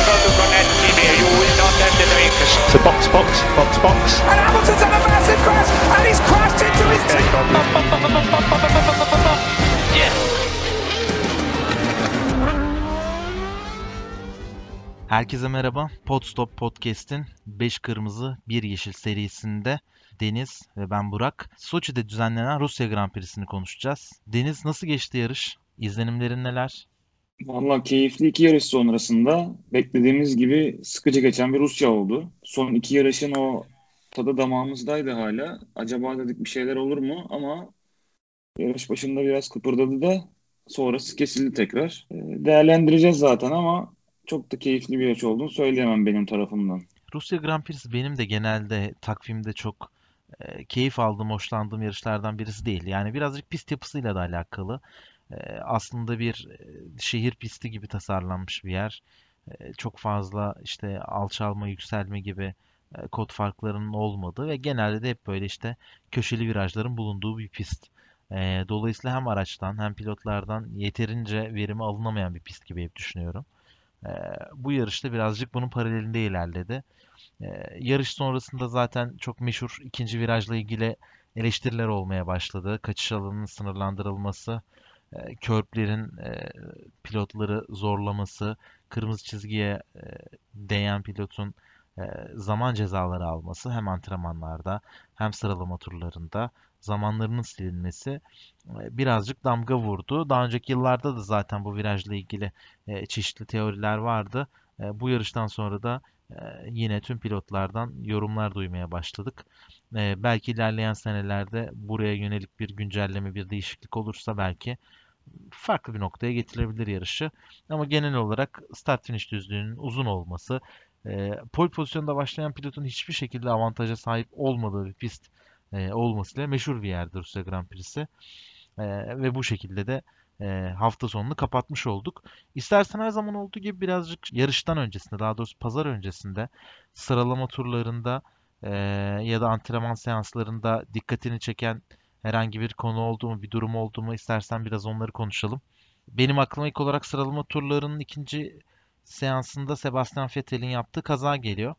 go to connect here. You will not have the drinks. So box. And Hamilton's had a massive crash, and he's crashed into his team. Yes. Herkese merhaba. Podstop Podcast'in 5 Kırmızı 1 Yeşil serisinde Deniz ve ben Burak, Soçi'de düzenlenen Rusya Grand Prix'sini konuşacağız. Deniz, nasıl geçti yarış? İzlenimlerin neler? Valla keyifli iki yarış sonrasında beklediğimiz gibi sıkıcı geçen bir Rusya oldu. Son iki yarışın o tadı damağımızdaydı hala. Acaba dedik bir şeyler olur mu? Ama yarış başında biraz kıpırdadı da sonrası kesildi tekrar. Değerlendireceğiz zaten ama çok da keyifli bir yarış olduğunu söyleyemem benim tarafımdan. Rusya Grand Prix'si benim de genelde takvimde çok keyif aldığım, hoşlandığım yarışlardan birisi değil. Yani birazcık pist yapısıyla da alakalı. Aslında bir şehir pisti gibi tasarlanmış bir yer. Çok fazla işte alçalma, yükselme gibi kod farklarının olmadığı ve genelde de hep böyle işte köşeli virajların bulunduğu bir pist. Dolayısıyla hem araçtan hem pilotlardan yeterince verimi alınamayan bir pist gibi hep düşünüyorum. Bu yarışta birazcık bunun paralelinde ilerledi. Yarış sonrasında zaten çok meşhur ikinci virajla ilgili eleştiriler olmaya başladı. Kaçış alanının sınırlandırılması, curb'lerin pilotları zorlaması, kırmızı çizgiye değen pilotun e, zaman cezaları alması hem antrenmanlarda hem sıralama turlarında zamanlarının silinmesi birazcık damga vurdu. Daha önceki yıllarda da zaten bu virajla ilgili çeşitli teoriler vardı. Bu yarıştan sonra da yine tüm pilotlardan yorumlar duymaya başladık. Belki ilerleyen senelerde buraya yönelik bir güncelleme, bir değişiklik olursa belki farklı bir noktaya getirebilir yarışı. Ama genel olarak start finish düzlüğünün uzun olması, pole pozisyonda başlayan pilotun hiçbir şekilde avantaja sahip olmadığı bir pist olmasıyla meşhur bir yerdir Rusya Grand Prix'si. Ve bu şekilde de hafta sonunu kapatmış olduk. İstersen her zaman olduğu gibi birazcık yarıştan öncesinde, daha doğrusu pazar öncesinde sıralama turlarında ya da antrenman seanslarında dikkatini çeken herhangi bir konu oldu mu, bir durum oldu mu istersen biraz onları konuşalım. Benim aklıma ilk olarak sıralama turlarının ikinci seansında Sebastian Vettel'in yaptığı kaza geliyor.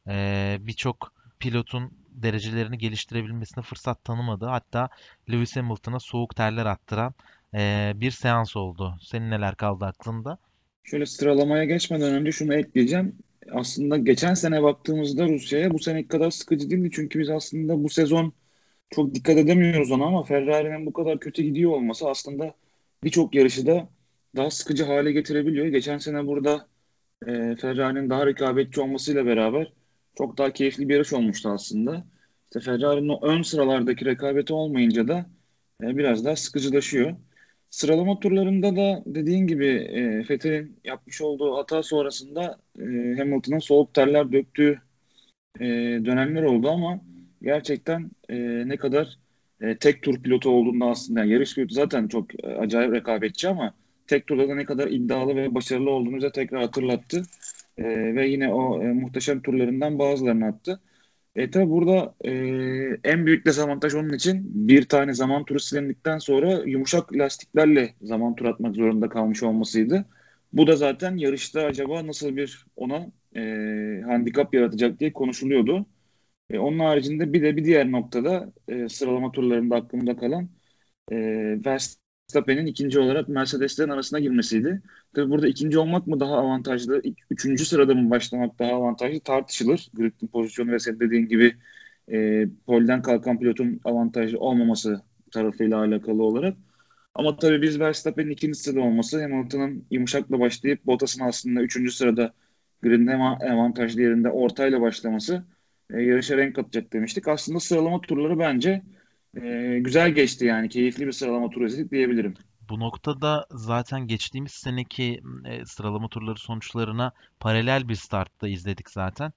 Birçok pilotun derecelerini geliştirebilmesine fırsat tanımadı. Hatta Lewis Hamilton'a soğuk terler attıran bir seans oldu. Senin neler kaldı aklında? Şöyle sıralamaya geçmeden önce şunu ekleyeceğim. Aslında geçen sene baktığımızda Rusya'ya bu seneki kadar sıkıcı değildi. Çünkü biz aslında bu sezon çok dikkat edemiyoruz ona ama Ferrari'nin bu kadar kötü gidiyor olması aslında birçok yarışı da daha sıkıcı hale getirebiliyor. Geçen sene burada Ferrari'nin daha rekabetçi olmasıyla beraber çok daha keyifli bir yarış olmuştu aslında. İşte Ferrari'nin o ön sıralardaki rekabeti olmayınca da biraz daha sıkıcılaşıyor. Sıralama turlarında da dediğin gibi Vettel'in yapmış olduğu hata sonrasında Hamilton'a soğuk terler döktüğü e, dönemler oldu ama gerçekten ne kadar tek tur pilotu olduğunda aslında yani yarış pilotu zaten çok acayip rekabetçi ama tek turda da ne kadar iddialı ve başarılı olduğunu bize tekrar hatırlattı. Ve yine o muhteşem turlarından bazılarını attı. Tabii burada en büyük dezavantaj onun için bir tane zaman turu silindikten sonra yumuşak lastiklerle zaman tur atmak zorunda kalmış olmasıydı. Bu da zaten yarışta acaba nasıl bir ona handikap yaratacak diye konuşuluyordu. Onun haricinde bir diğer noktada sıralama turlarında aklımda kalan e, Verstappen'in ikinci olarak Mercedes'lerin arasına girmesiydi. Tabii burada ikinci olmak mı daha avantajlı, üçüncü sırada mı başlamak daha avantajlı tartışılır. Grid'in pozisyonu ve senin dediğin gibi polden kalkan pilotun avantajlı olmaması tarafıyla alakalı olarak. Ama tabii biz Verstappen'in ikinci sırada olması, Hamilton'ın yumuşakla başlayıp Bottas'ın aslında üçüncü sırada gridin en avantajlı yerinde ortayla başlaması yarışa renk katacak demiştik. Aslında sıralama turları bence güzel geçti yani. Keyifli bir sıralama turu izledik diyebilirim. Bu noktada zaten geçtiğimiz seneki sıralama turları sonuçlarına paralel bir startta izledik zaten.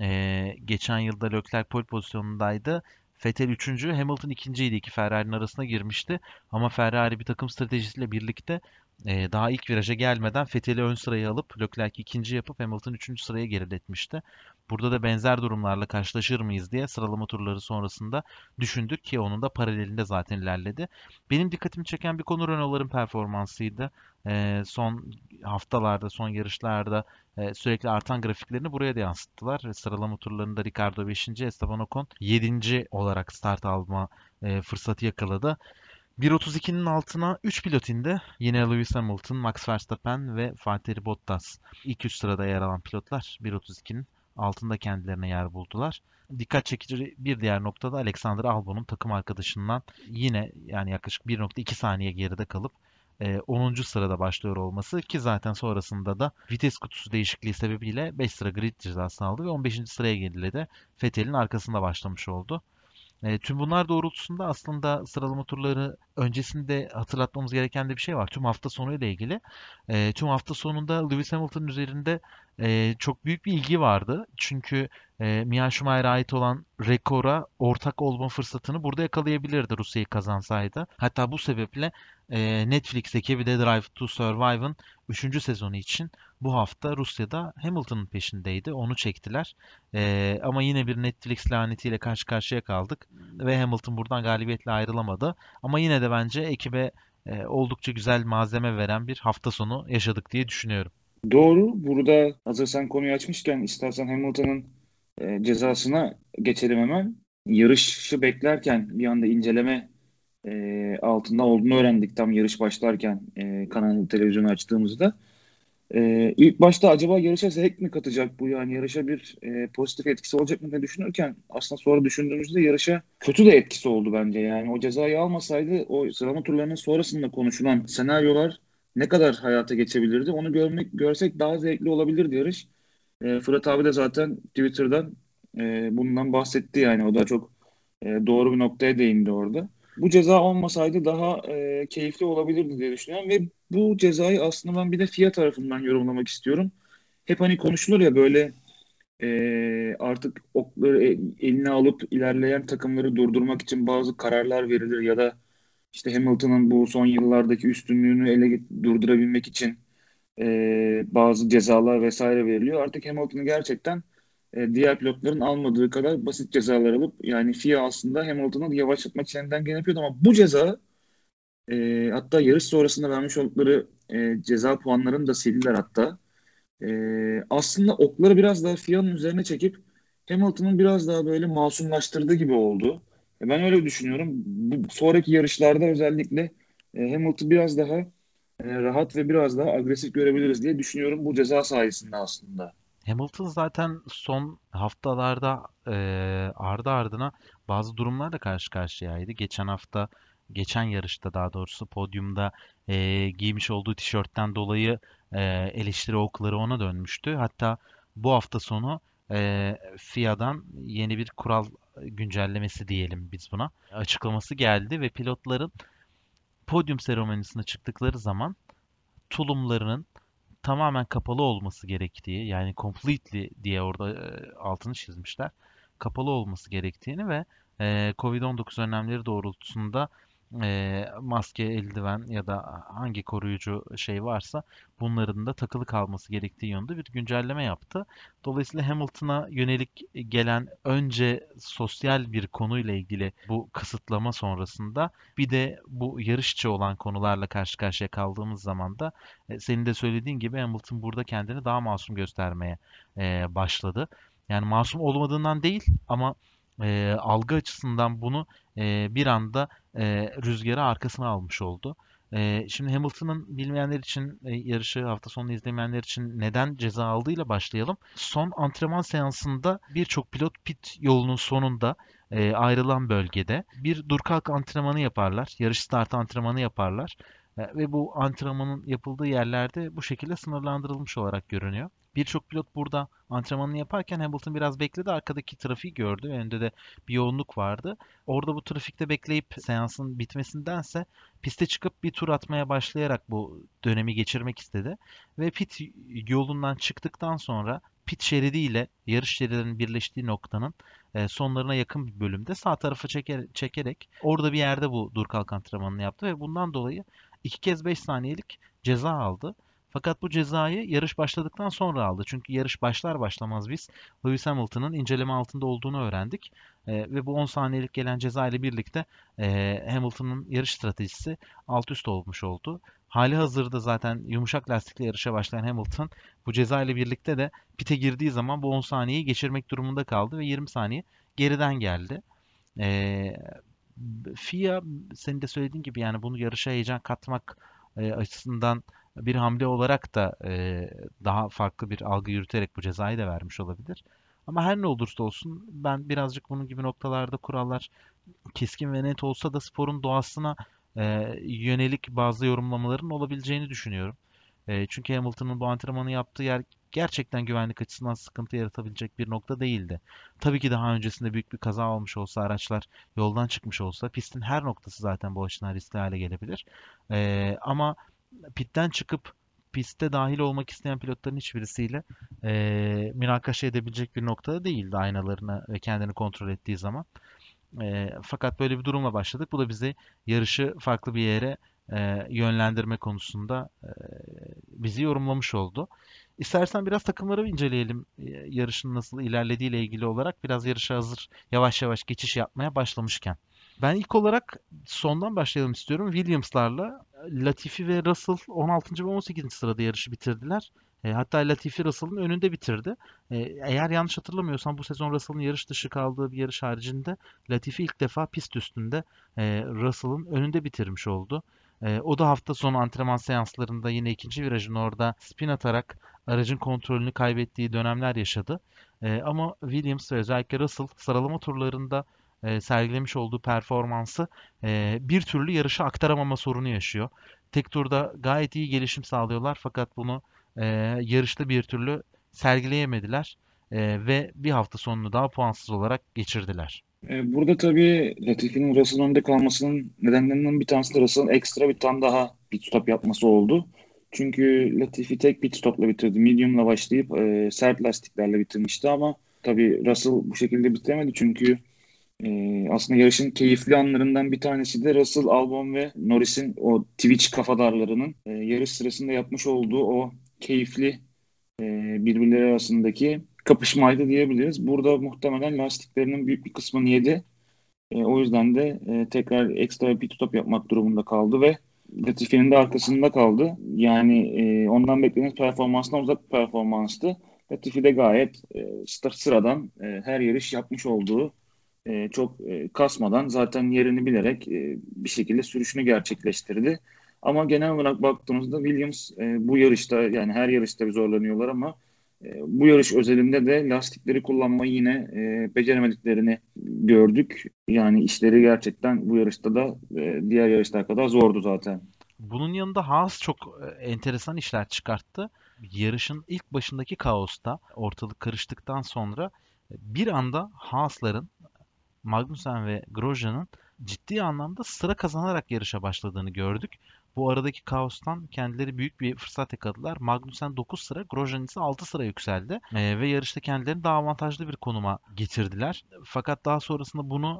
Geçen yılda Leclerc pole pozisyonundaydı. Vettel üçüncü, Hamilton ikinciydi. İki Ferrari'nin arasına girmişti. Ama Ferrari bir takım stratejisiyle birlikte Daha ilk viraja gelmeden Vettel'i ön sıraya alıp Leclerc'i ikinci yapıp Hamilton üçüncü sıraya geriletmişti. Burada da benzer durumlarla karşılaşır mıyız diye sıralama turları sonrasında düşündük ki onun da paralelinde zaten ilerledi. Benim dikkatimi çeken bir konu Renault'ların performansıydı. Son haftalarda, son yarışlarda sürekli artan grafiklerini buraya da yansıttılar. Sıralama turlarında Ricardo 5. Esteban Ocon 7. olarak start alma fırsatı yakaladı. 1.32'nin altına 3 pilot indi. Yine Lewis Hamilton, Max Verstappen ve Valtteri Bottas. İlk 3 sırada yer alan pilotlar 1.32'nin altında kendilerine yer buldular. Dikkat çekici bir diğer noktada Alexander Albon'un takım arkadaşından yine yani yaklaşık 1.2 saniye geride kalıp 10. sırada başlıyor olması ki zaten sonrasında da vites kutusu değişikliği sebebiyle 5 sıra grid cezasını aldı ve 15. sıraya geriledi. Vettel'in arkasında başlamış oldu. Tüm bunlar doğrultusunda aslında sıralama turları öncesinde hatırlatmamız gereken de bir şey var. Tüm hafta sonu ile ilgili. Tüm hafta sonunda Lewis Hamilton'ın üzerinde çok büyük bir ilgi vardı. Çünkü Michael Schumacher'a ait olan rekora ortak olma fırsatını burada yakalayabilirdi Rusya'yı kazansaydı. Hatta bu sebeple Netflix ekibi de Drive to Survive'ın 3. sezonu için bu hafta Rusya'da Hamilton'ın peşindeydi. Onu çektiler. Ama yine bir Netflix lanetiyle karşı karşıya kaldık ve Hamilton buradan galibiyetle ayrılamadı. Ama yine de bence ekibe oldukça güzel malzeme veren bir hafta sonu yaşadık diye düşünüyorum. Doğru. Burada hazır sen konuyu açmışken istersen Hamilton'ın cezasına geçelim hemen. Yarışı beklerken bir anda inceleme altında olduğunu öğrendik tam yarış başlarken kanalı televizyonu açtığımızda. İlk başta acaba yarışa zevk mi katacak bu, yani yarışa bir pozitif etkisi olacak mı diye düşünürken aslında sonra düşündüğümüzde yarışa kötü de etkisi oldu bence. Yani o cezayı almasaydı o sıralama turlarının sonrasında konuşulan senaryolar ne kadar hayata geçebilirdi onu görsek daha zevkli olabilirdi yarış. Fırat abi de zaten Twitter'dan bundan bahsetti, yani o da çok doğru bir noktaya değindi orada. Bu ceza olmasaydı daha keyifli olabilirdi diye düşünüyorum ve bu cezayı aslında ben bir de FIA tarafından yorumlamak istiyorum. Hep hani konuşulur ya böyle artık okları eline alıp ilerleyen takımları durdurmak için bazı kararlar verilir ya da işte Hamilton'ın bu son yıllardaki üstünlüğünü durdurabilmek için bazı cezalar vesaire veriliyor. Artık Hamilton'ı gerçekten diğer pilotların almadığı kadar basit cezalar alıp, yani FIA aslında Hamilton'ı yavaşlatmak için elinden geleni yapıyordu ama bu ceza hatta yarış sonrasında vermiş oldukları ceza puanlarını da sildiler hatta. Aslında okları biraz daha FIA'nın üzerine çekip Hamilton'ın biraz daha böyle masumlaştırdığı gibi oldu. Ben öyle düşünüyorum. Bu sonraki yarışlarda özellikle Hamilton biraz daha rahat ve biraz daha agresif görebiliriz diye düşünüyorum bu ceza sayesinde aslında. Hamilton zaten son haftalarda ardı ardına bazı durumlarla karşı karşıyaydı. Geçen yarışta daha doğrusu podyumda giymiş olduğu tişörtten dolayı eleştiri okları ona dönmüştü. Hatta bu hafta sonu FIA'dan yeni bir kural güncellemesi diyelim biz buna. Açıklaması geldi ve pilotların podyum seremonisine çıktıkları zaman tulumlarının tamamen kapalı olması gerektiği yani completely diye orada altını çizmişler. Kapalı olması gerektiğini ve Covid-19 önlemleri doğrultusunda maske, eldiven ya da hangi koruyucu şey varsa bunların da takılı kalması gerektiği yönde bir güncelleme yaptı. Dolayısıyla Hamilton'a yönelik gelen önce sosyal bir konuyla ilgili bu kısıtlama sonrasında bir de bu yarışçı olan konularla karşı karşıya kaldığımız zaman da senin de söylediğin gibi Hamilton burada kendini daha masum göstermeye başladı. Yani masum olmadığından değil ama algı açısından bunu bir anda rüzgarı arkasına almış oldu. Şimdi Hamilton'ın bilmeyenler için yarışı hafta sonu izlemeyenler için neden ceza aldığıyla başlayalım. Son antrenman seansında birçok pilot pit yolunun sonunda ayrılan bölgede bir dur kalk antrenmanı yaparlar. Yarış start antrenmanı yaparlar. Ve bu antrenmanın yapıldığı yerlerde bu şekilde sınırlandırılmış olarak görünüyor. Birçok pilot burada antrenmanını yaparken Hamilton biraz bekledi. Arkadaki trafiği gördü. Önünde de bir yoğunluk vardı. Orada bu trafikte bekleyip seansın bitmesindense piste çıkıp bir tur atmaya başlayarak bu dönemi geçirmek istedi. Ve pit yolundan çıktıktan sonra pit şeridi ile yarış şeridinin birleştiği noktanın sonlarına yakın bir bölümde sağ tarafa çekerek orada bir yerde bu dur kalk antrenmanını yaptı ve bundan dolayı 2 kez 5 saniyelik ceza aldı. Fakat bu cezayı yarış başladıktan sonra aldı. Çünkü yarış başlar başlamaz biz Lewis Hamilton'ın inceleme altında olduğunu öğrendik. Ve bu 10 saniyelik gelen ceza ile birlikte Hamilton'ın yarış stratejisi alt üst olmuş oldu. Hali hazırda zaten yumuşak lastikle yarışa başlayan Hamilton bu ceza ile birlikte de pite girdiği zaman bu 10 saniyeyi geçirmek durumunda kaldı ve 20 saniye geriden geldi. Ee, FIA senin de söylediğin gibi yani bunu yarışa heyecan katmak açısından bir hamle olarak da daha farklı bir algı yürüterek bu cezayı da vermiş olabilir. Ama her ne olursa olsun ben birazcık bunun gibi noktalarda kurallar keskin ve net olsa da sporun doğasına yönelik bazı yorumlamaların olabileceğini düşünüyorum. Çünkü Hamilton'ın bu antrenmanı yaptığı yer gerçekten güvenlik açısından sıkıntı yaratabilecek bir nokta değildi. Tabii ki daha öncesinde büyük bir kaza olmuş olsa, araçlar yoldan çıkmış olsa, pistin her noktası zaten bu açıdan riskli hale gelebilir. Ama pitten çıkıp piste dahil olmak isteyen pilotların hiçbirisiyle münakaşa edebilecek bir noktada değildi aynalarını ve kendini kontrol ettiği zaman. Fakat böyle bir durumla başladık. Bu da bizi yarışı farklı bir yere yönlendirme konusunda bizi yorumlamış oldu. İstersen biraz takımları inceleyelim. Yarışın nasıl ilerlediği ile ilgili olarak biraz yarışa hazır yavaş yavaş geçiş yapmaya başlamışken. Ben ilk olarak sondan başlayalım istiyorum. Williams'larla Latifi ve Russell 16. ve 18. sırada yarışı bitirdiler. Hatta Latifi Russell'ın önünde bitirdi. Eğer yanlış hatırlamıyorsam bu sezon Russell'ın yarış dışı kaldığı bir yarış haricinde Latifi ilk defa pist üstünde Russell'ın önünde bitirmiş oldu. O da hafta sonu antrenman seanslarında yine ikinci virajın orada spin atarak aracın kontrolünü kaybettiği dönemler yaşadı. Ama Williams ve özellikle Russell sıralama turlarında sergilemiş olduğu performansı bir türlü yarışa aktaramama sorunu yaşıyor. Tek turda gayet iyi gelişim sağlıyorlar fakat bunu yarışta bir türlü sergileyemediler ve bir hafta sonunu daha puansız olarak geçirdiler. Burada tabii Latifi'nin Russell'ın önünde kalmasının nedenlerinden bir tanesi de Russell'ın ekstra bir tane daha pit stop yapması oldu. Çünkü Latifi tek pit stopla bitirdi. Medium'la başlayıp sert lastiklerle bitirmişti ama tabii Russell bu şekilde bitiremedi çünkü aslında yarışın keyifli anlarından bir tanesi de Russell, Albon ve Norris'in o Twitch kafadarlarının yarış sırasında yapmış olduğu o keyifli birbirleri arasındaki kapışmaydı diyebiliriz. Burada muhtemelen lastiklerinin büyük bir kısmını yedi. O yüzden de tekrar ekstra bir pit stop yapmak durumunda kaldı ve Latifi'nin de arkasında kaldı. Yani ondan beklenen performansından uzak bir performanstı. Latifi de gayet sıradan her yarış yapmış olduğu çok kasmadan zaten yerini bilerek bir şekilde sürüşünü gerçekleştirdi. Ama genel olarak baktığımızda Williams bu yarışta yani her yarışta bir zorlanıyorlar ama bu yarış özelinde de lastikleri kullanmayı yine beceremediklerini gördük. Yani işleri gerçekten bu yarışta da diğer yarışlar kadar zordu zaten. Bunun yanında Haas çok enteresan işler çıkarttı. Yarışın ilk başındaki kaosta ortalık karıştıktan sonra bir anda Haas'ların Magnussen ve Grosjean'ın ciddi anlamda sıra kazanarak yarışa başladığını gördük. Bu aradaki kaostan kendileri büyük bir fırsat yakaladılar. Magnussen 9 sıra, Grosjean ise 6 sıra yükseldi. Ve yarışta kendilerini daha avantajlı bir konuma getirdiler. Fakat daha sonrasında bunu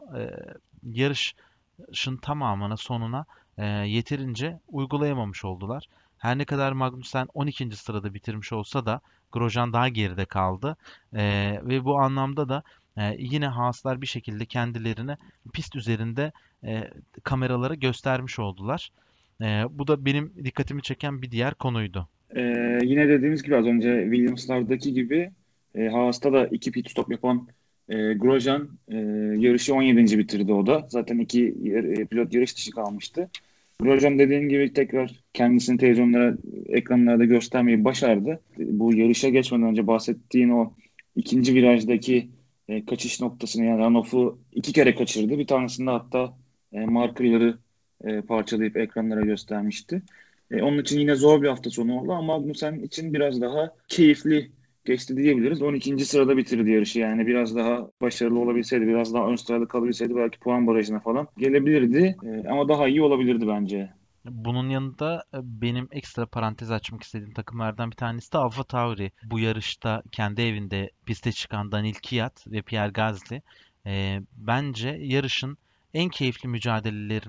yarışın tamamına, sonuna yeterince uygulayamamış oldular. Her ne kadar Magnussen 12. sırada bitirmiş olsa da Grosjean daha geride kaldı. Ve bu anlamda da yine Haaslar bir şekilde kendilerini pist üzerinde kameralara göstermiş oldular. Bu da benim dikkatimi çeken bir diğer konuydu. Yine dediğimiz gibi az önce Williams'lardaki gibi Haas'ta da iki pit stop yapan Grosjean yarışı 17. bitirdi o da. Zaten iki pilot yarış dışı kalmıştı. Grosjean dediğim gibi tekrar kendisini televizyonlara, ekranlarda göstermeyi başardı. Bu yarışa geçmeden önce bahsettiğin o ikinci virajdaki kaçış noktasını yani runoff'u iki kere kaçırdı. Bir tanesinde hatta markerları parçalayıp ekranlara göstermişti. Onun için yine zor bir hafta sonu oldu ama Magnussen için biraz daha keyifli geçti diyebiliriz. 12. sırada bitirdi yarışı. Yani biraz daha başarılı olabilseydi, biraz daha ön sırada kalabilseydi belki puan barajına falan gelebilirdi. Ama daha iyi olabilirdi bence. Bunun yanında benim ekstra parantez açmak istediğim takımlardan bir tanesi de AlphaTauri. Bu yarışta kendi evinde piste çıkan Daniil Kvyat ve Pierre Gasly bence yarışın en keyifli mücadelelerini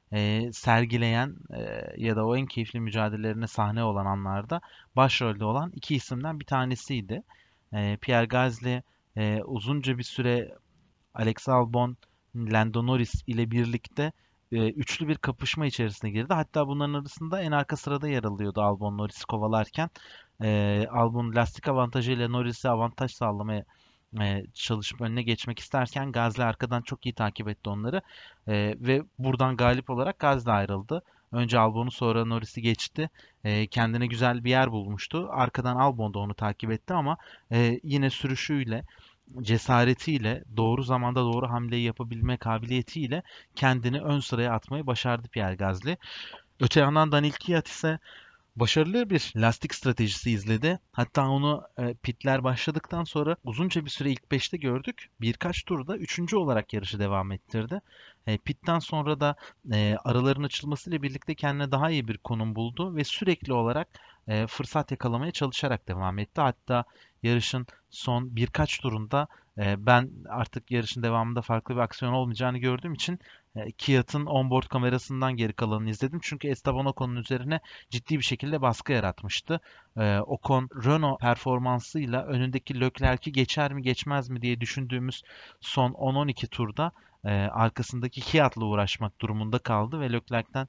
sergileyen ya da o en keyifli mücadelelerine sahne olan anlarda başrolde olan iki isimden bir tanesiydi. Pierre Gasly uzunca bir süre Alex Albon, Lando Norris ile birlikte üçlü bir kapışma içerisine girdi. Hatta bunların arasında en arka sırada yer alıyordu Albon Norris'i kovalarken. Albon lastik avantajıyla Norris'e avantaj sağlamaya çalışıp önüne geçmek isterken Gasly arkadan çok iyi takip etti onları. Ve buradan galip olarak Gasly ayrıldı. Önce Albon'u sonra Norris'i geçti. Kendine güzel bir yer bulmuştu. Arkadan Albon da onu takip etti ama yine sürüşüyle, cesaretiyle, doğru zamanda doğru hamleyi yapabilme kabiliyetiyle kendini ön sıraya atmayı başardı Pierre Gasly. Öte yandan Daniil Kvyat ise başarılı bir lastik stratejisi izledi. Hatta onu pitler başladıktan sonra uzunca bir süre ilk 5'te gördük. Birkaç turda 3. olarak yarışı devam ettirdi. Pitten sonra da araların açılmasıyla birlikte kendine daha iyi bir konum buldu ve sürekli olarak fırsat yakalamaya çalışarak devam etti. Hatta yarışın son birkaç turunda ben artık yarışın devamında farklı bir aksiyon olmayacağını gördüğüm için Kvyat'ın onboard kamerasından geri kalanını izledim. Çünkü Esteban Ocon'un üzerine ciddi bir şekilde baskı yaratmıştı. Ocon, Renault performansıyla önündeki Leclerc'i geçer mi geçmez mi diye düşündüğümüz son 10-12 turda arkasındaki Kvyat'la uğraşmak durumunda kaldı ve Leclerc'ten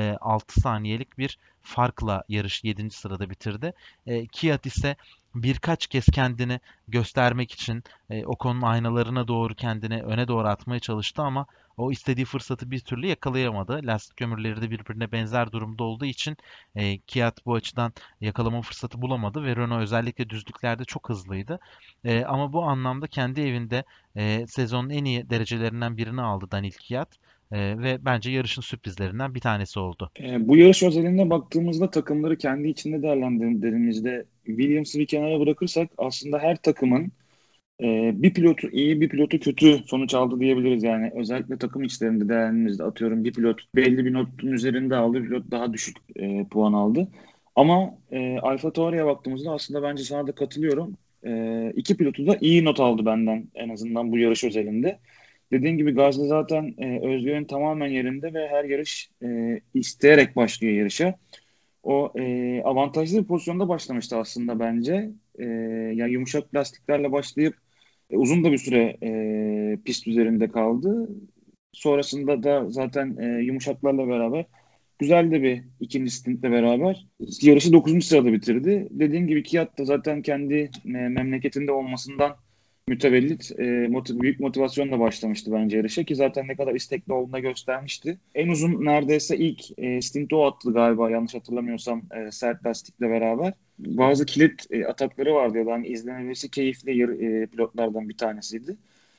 6 saniyelik bir farkla yarış 7. sırada bitirdi. Kvyat ise birkaç kez kendini göstermek için Ocon'un aynalarına doğru kendini öne doğru atmaya çalıştı ama o istediği fırsatı bir türlü yakalayamadı. Lastik ömürleri de birbirine benzer durumda olduğu için Kvyat bu açıdan yakalama fırsatı bulamadı ve Renault özellikle düzlüklerde çok hızlıydı. Ama bu anlamda kendi evinde sezonun en iyi derecelerinden birini aldı Daniil Kvyat. Ve bence yarışın sürprizlerinden bir tanesi oldu. Bu yarış özelinde baktığımızda takımları kendi içinde değerlendirdiğimizde Williams'ı bir kenara bırakırsak aslında her takımın bir pilotu iyi bir pilotu kötü sonuç aldı diyebiliriz. Yani özellikle takım içlerinde değerlendirdiğimizde atıyorum bir pilot belli bir notun üzerinde aldı, bir pilot daha düşük puan aldı. Ama AlphaTauri'ye baktığımızda aslında bence sana da katılıyorum. İki pilotu da iyi not aldı benden en azından bu yarış özelinde. Dediğim gibi Gazze zaten özgüven tamamen yerinde ve her yarış isteyerek başlıyor yarışa. O avantajlı bir pozisyonda başlamıştı aslında bence. Yani yumuşak lastiklerle başlayıp uzun da bir süre pist üzerinde kaldı. Sonrasında da zaten yumuşaklarla beraber güzel de bir ikinci stintle beraber yarışı 9. sırada bitirdi. Dediğim gibi Kvyat da zaten kendi memleketinde olmasından mütevellit büyük motivasyonla başlamıştı bence yarışa ki zaten ne kadar istekli olduğunu da göstermişti. En uzun neredeyse ilk stinti o attı galiba yanlış hatırlamıyorsam sert lastikle beraber. Bazı kilit atakları vardı ya da hani izlenmesi keyifli pilotlardan bir tanesiydi.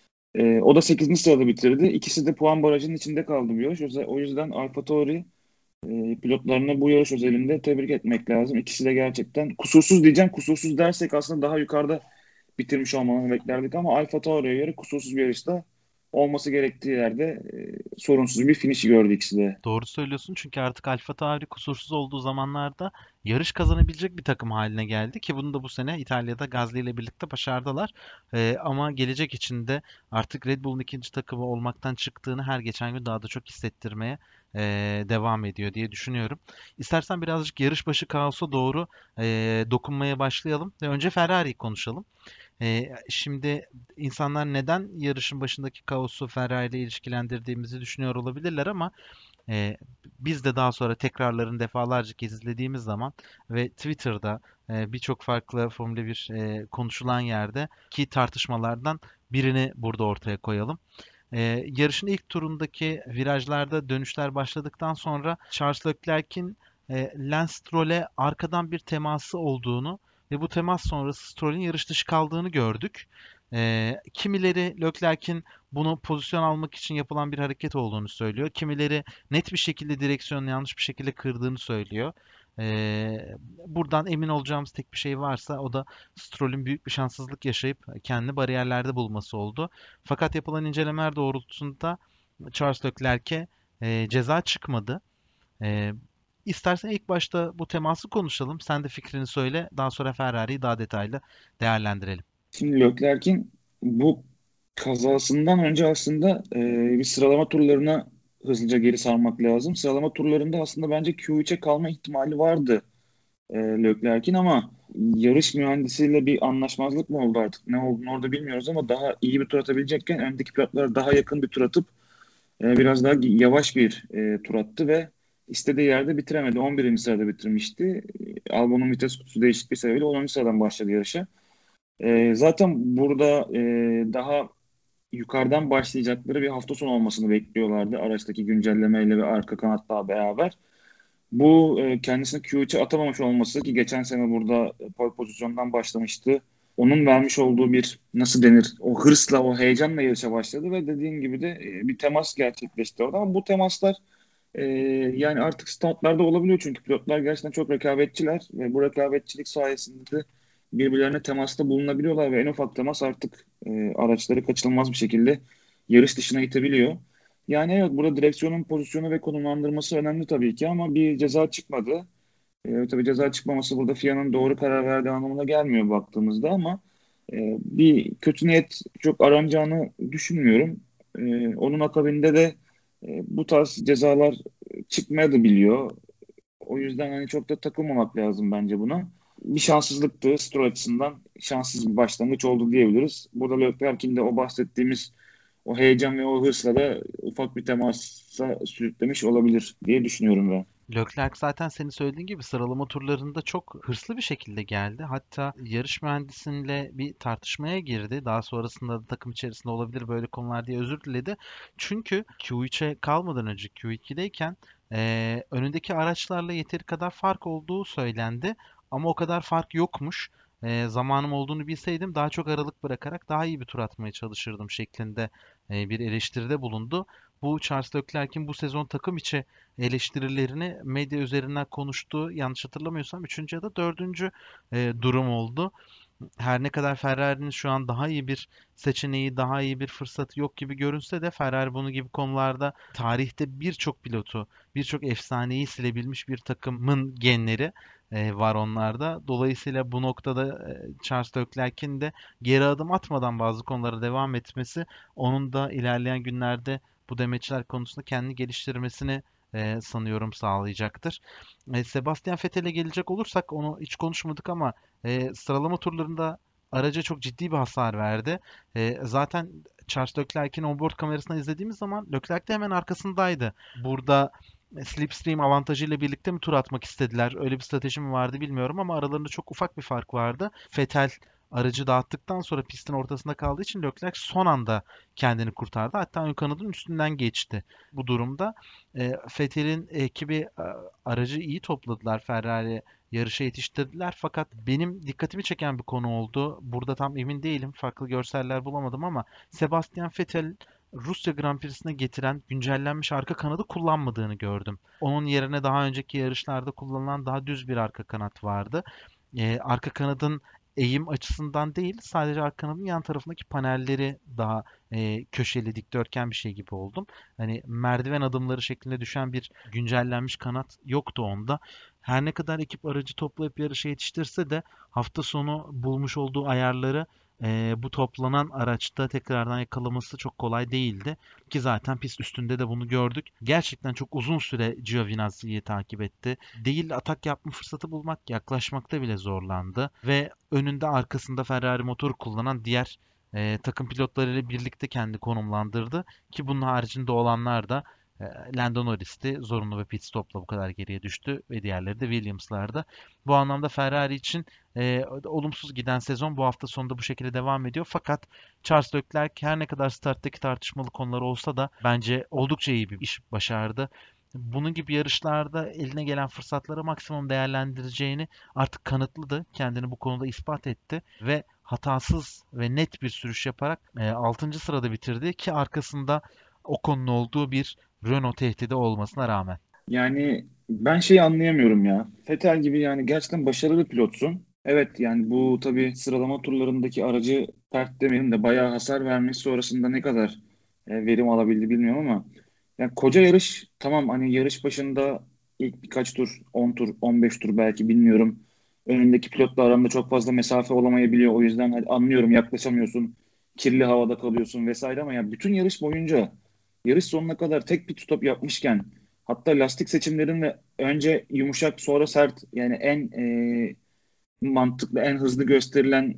O da 8. sırada bitirdi. İkisi de puan barajının içinde kaldı bu yarış. O yüzden AlphaTauri pilotlarını bu yarış özelinde tebrik etmek lazım. İkisi de gerçekten kusursuz diyeceğim. Kusursuz dersek aslında daha yukarıda bitirmiş olmalarını beklerdik ama AlphaTauri'ye göre kusursuz bir yarışta olması gerektiği yerde sorunsuz bir finish gördü ikisi de. Doğru söylüyorsun çünkü artık AlphaTauri kusursuz olduğu zamanlarda yarış kazanabilecek bir takım haline geldi ki bunu da bu sene İtalya'da Gasly ile birlikte başardılar. Ama gelecek için de artık Red Bull'un ikinci takımı olmaktan çıktığını her geçen gün daha da çok hissettirmeye devam ediyor diye düşünüyorum. İstersen birazcık yarış başı kaosa doğru dokunmaya başlayalım ve önce Ferrari'yi konuşalım. Şimdi insanlar neden yarışın başındaki kaosu Ferrari ile ilişkilendirdiğimizi düşünüyor olabilirler ama e, biz de daha sonra tekrarlarını defalarca kez izlediğimiz zaman ve Twitter'da birçok farklı Formula 1 konuşulan yerde ki tartışmalardan birini burada ortaya koyalım. Yarışın ilk turundaki virajlarda dönüşler başladıktan sonra Charles Leclerc'in Lance Stroll'e arkadan bir teması olduğunu ve bu temas sonrası Stroll'ün yarış dışı kaldığını gördük. Kimileri Leclerc'in bunu pozisyon almak için yapılan bir hareket olduğunu söylüyor. Kimileri net bir şekilde direksiyonu yanlış bir şekilde kırdığını söylüyor. Buradan emin olacağımız tek bir şey varsa o da Stroll'ün büyük bir şanssızlık yaşayıp kendini bariyerlerde bulması oldu. Fakat yapılan incelemeler doğrultusunda Charles Leclerc'e ceza çıkmadı. E, İstersen ilk başta bu teması konuşalım. Sen de fikrini söyle. Daha sonra Ferrari'yi daha detaylı değerlendirelim. Şimdi Leclerc'in bu kazasından önce aslında bir sıralama turlarına hızlıca geri sarmak lazım. Sıralama turlarında aslında bence Q3'e kalma ihtimali vardı Leclerc'in ama yarış mühendisiyle bir anlaşmazlık mı oldu artık? Ne olduğunu orada bilmiyoruz ama daha iyi bir tur atabilecekken öndeki pilotlara daha yakın bir tur atıp biraz daha yavaş bir tur attı ve istediği yerde bitiremedi. 11. sırada bitirmişti. Albon'un vites kutusu değişikliği sebebiyle 10. sıradan başladı yarışa. Zaten burada daha yukarıdan başlayacakları bir hafta sonu olmasını bekliyorlardı. Araçtaki güncellemeyle ve arka kanatla beraber. Bu kendisini Q3'e atamamış olması ki geçen sene burada pole pozisyondan başlamıştı. Onun vermiş olduğu bir nasıl denir o hırsla o heyecanla yarışa başladı ve dediğim gibi de bir temas gerçekleşti orada ama bu temaslar e, yani artık startlarda olabiliyor çünkü pilotlar gerçekten çok rekabetçiler ve bu rekabetçilik sayesinde de birbirlerine temasta bulunabiliyorlar ve en ufak temas artık araçları kaçınılmaz bir şekilde yarış dışına itebiliyor. Yani evet burada direksiyonun pozisyonu ve konumlandırması önemli tabii ki ama bir ceza çıkmadı. Tabii ceza çıkmaması burada FIA'nın doğru karar verdiği anlamına gelmiyor baktığımızda ama bir kötü niyet çok aranacağını düşünmüyorum. Onun akabinde de bu tarz cezalar çıkmaya da biliyor. O yüzden hani çok da takılmamak lazım bence buna. Bir şanssızlıktı Stroll açısından. Şanssız bir başlangıç oldu diyebiliriz. Burada Leclerc'in de o bahsettiğimiz o heyecan ve o hırsla da ufak bir temasa sürüklemiş olabilir diye düşünüyorum ben. Leclerc zaten senin söylediğin gibi sıralama turlarında çok hırslı bir şekilde geldi. Hatta yarış mühendisiyle bir tartışmaya girdi. Daha sonrasında da takım içerisinde olabilir böyle konular diye özür diledi. Çünkü Q3'e kalmadan önce Q2'deyken önündeki araçlarla yeteri kadar fark olduğu söylendi. Ama o kadar fark yokmuş. Zamanım olduğunu bilseydim daha çok aralık bırakarak daha iyi bir tur atmaya çalışırdım şeklinde bir eleştiride bulundu. Bu Charles Leclerc'in bu sezon takım içi eleştirilerini medya üzerinden konuştuğu yanlış hatırlamıyorsam üçüncü ya da dördüncü durum oldu. Her ne kadar Ferrari'nin şu an daha iyi bir seçeneği, daha iyi bir fırsatı yok gibi görünse de Ferrari bunu gibi konularda tarihte birçok pilotu, birçok efsaneyi silebilmiş bir takımın genleri var onlarda. Dolayısıyla bu noktada Charles Leclerc'in de geri adım atmadan bazı konulara devam etmesi onun da ilerleyen günlerde bu demeçler konusunda kendini geliştirmesini sanıyorum sağlayacaktır. Sebastian Vettel'e gelecek olursak onu hiç konuşmadık ama sıralama turlarında araca çok ciddi bir hasar verdi. Zaten Charles Leclerc'in onboard kamerasından izlediğimiz zaman Leclerc de hemen arkasındaydı. Burada slipstream avantajıyla birlikte mi tur atmak istediler? Öyle bir strateji mi vardı bilmiyorum ama aralarında çok ufak bir fark vardı. Vettel aracı dağıttıktan sonra pistin ortasında kaldığı için Leclerc son anda kendini kurtardı. Hatta ön kanadın üstünden geçti. Bu durumda Vettel'in ekibi aracı iyi topladılar. Ferrari yarışa yetiştirdiler. Fakat benim dikkatimi çeken bir konu oldu. Burada tam emin değilim. Farklı görseller bulamadım ama Sebastian Vettel Rusya Grand Prix'sine getiren güncellenmiş arka kanadı kullanmadığını gördüm. Onun yerine daha önceki yarışlarda kullanılan daha düz bir arka kanat vardı. Arka kanadın eğim açısından değil, sadece arka kanadın yan tarafındaki panelleri daha köşeli, dikdörtgen bir şey gibi oldum. Hani merdiven adımları şeklinde düşen bir güncellenmiş kanat yoktu onda. Her ne kadar ekip aracı toplayıp yarışa yetiştirse de hafta sonu bulmuş olduğu ayarları bu toplanan araçta tekrardan yakalaması çok kolay değildi. Ki zaten pist üstünde de bunu gördük. Gerçekten çok uzun süre Giovinazzi'yi takip etti. Değil atak yapma fırsatı bulmak, yaklaşmakta bile zorlandı. Ve önünde arkasında Ferrari motoru kullanan diğer takım pilotlarıyla birlikte kendi konumlandırdı. Ki bunun haricinde olanlar da Lando Norris'ti. Zorunlu ve pit stopla bu kadar geriye düştü ve diğerleri de Williams'lardı. Bu anlamda Ferrari için olumsuz giden sezon bu hafta sonunda bu şekilde devam ediyor. Fakat Charles Leclerc her ne kadar starttaki tartışmalı konular olsa da bence oldukça iyi bir iş başardı. Bunun gibi yarışlarda eline gelen fırsatları maksimum değerlendireceğini artık kanıtladı. Kendini bu konuda ispat etti ve hatasız ve net bir sürüş yaparak 6. sırada bitirdi ki arkasında Ocon'un olduğu bir Renault tehdidi olmasına rağmen. Yani ben şeyi anlayamıyorum ya. Vettel gibi yani gerçekten başarılı bir pilotsun. Evet yani bu tabii sıralama turlarındaki aracı pert demeyelim de bayağı hasar vermesi sonrasında ne kadar verim alabildi bilmiyorum ama yani koca yarış tamam hani yarış başında ilk birkaç tur 10 tur 15 tur belki bilmiyorum. Önündeki pilotla aranda çok fazla mesafe olamayabiliyor. O yüzden hani anlıyorum yaklaşamıyorsun. Kirli havada kalıyorsun vesaire ama ya bütün yarış boyunca yarış sonuna kadar tek pit stop yapmışken, hatta lastik seçimlerinde önce yumuşak sonra sert, yani en mantıklı, en hızlı gösterilen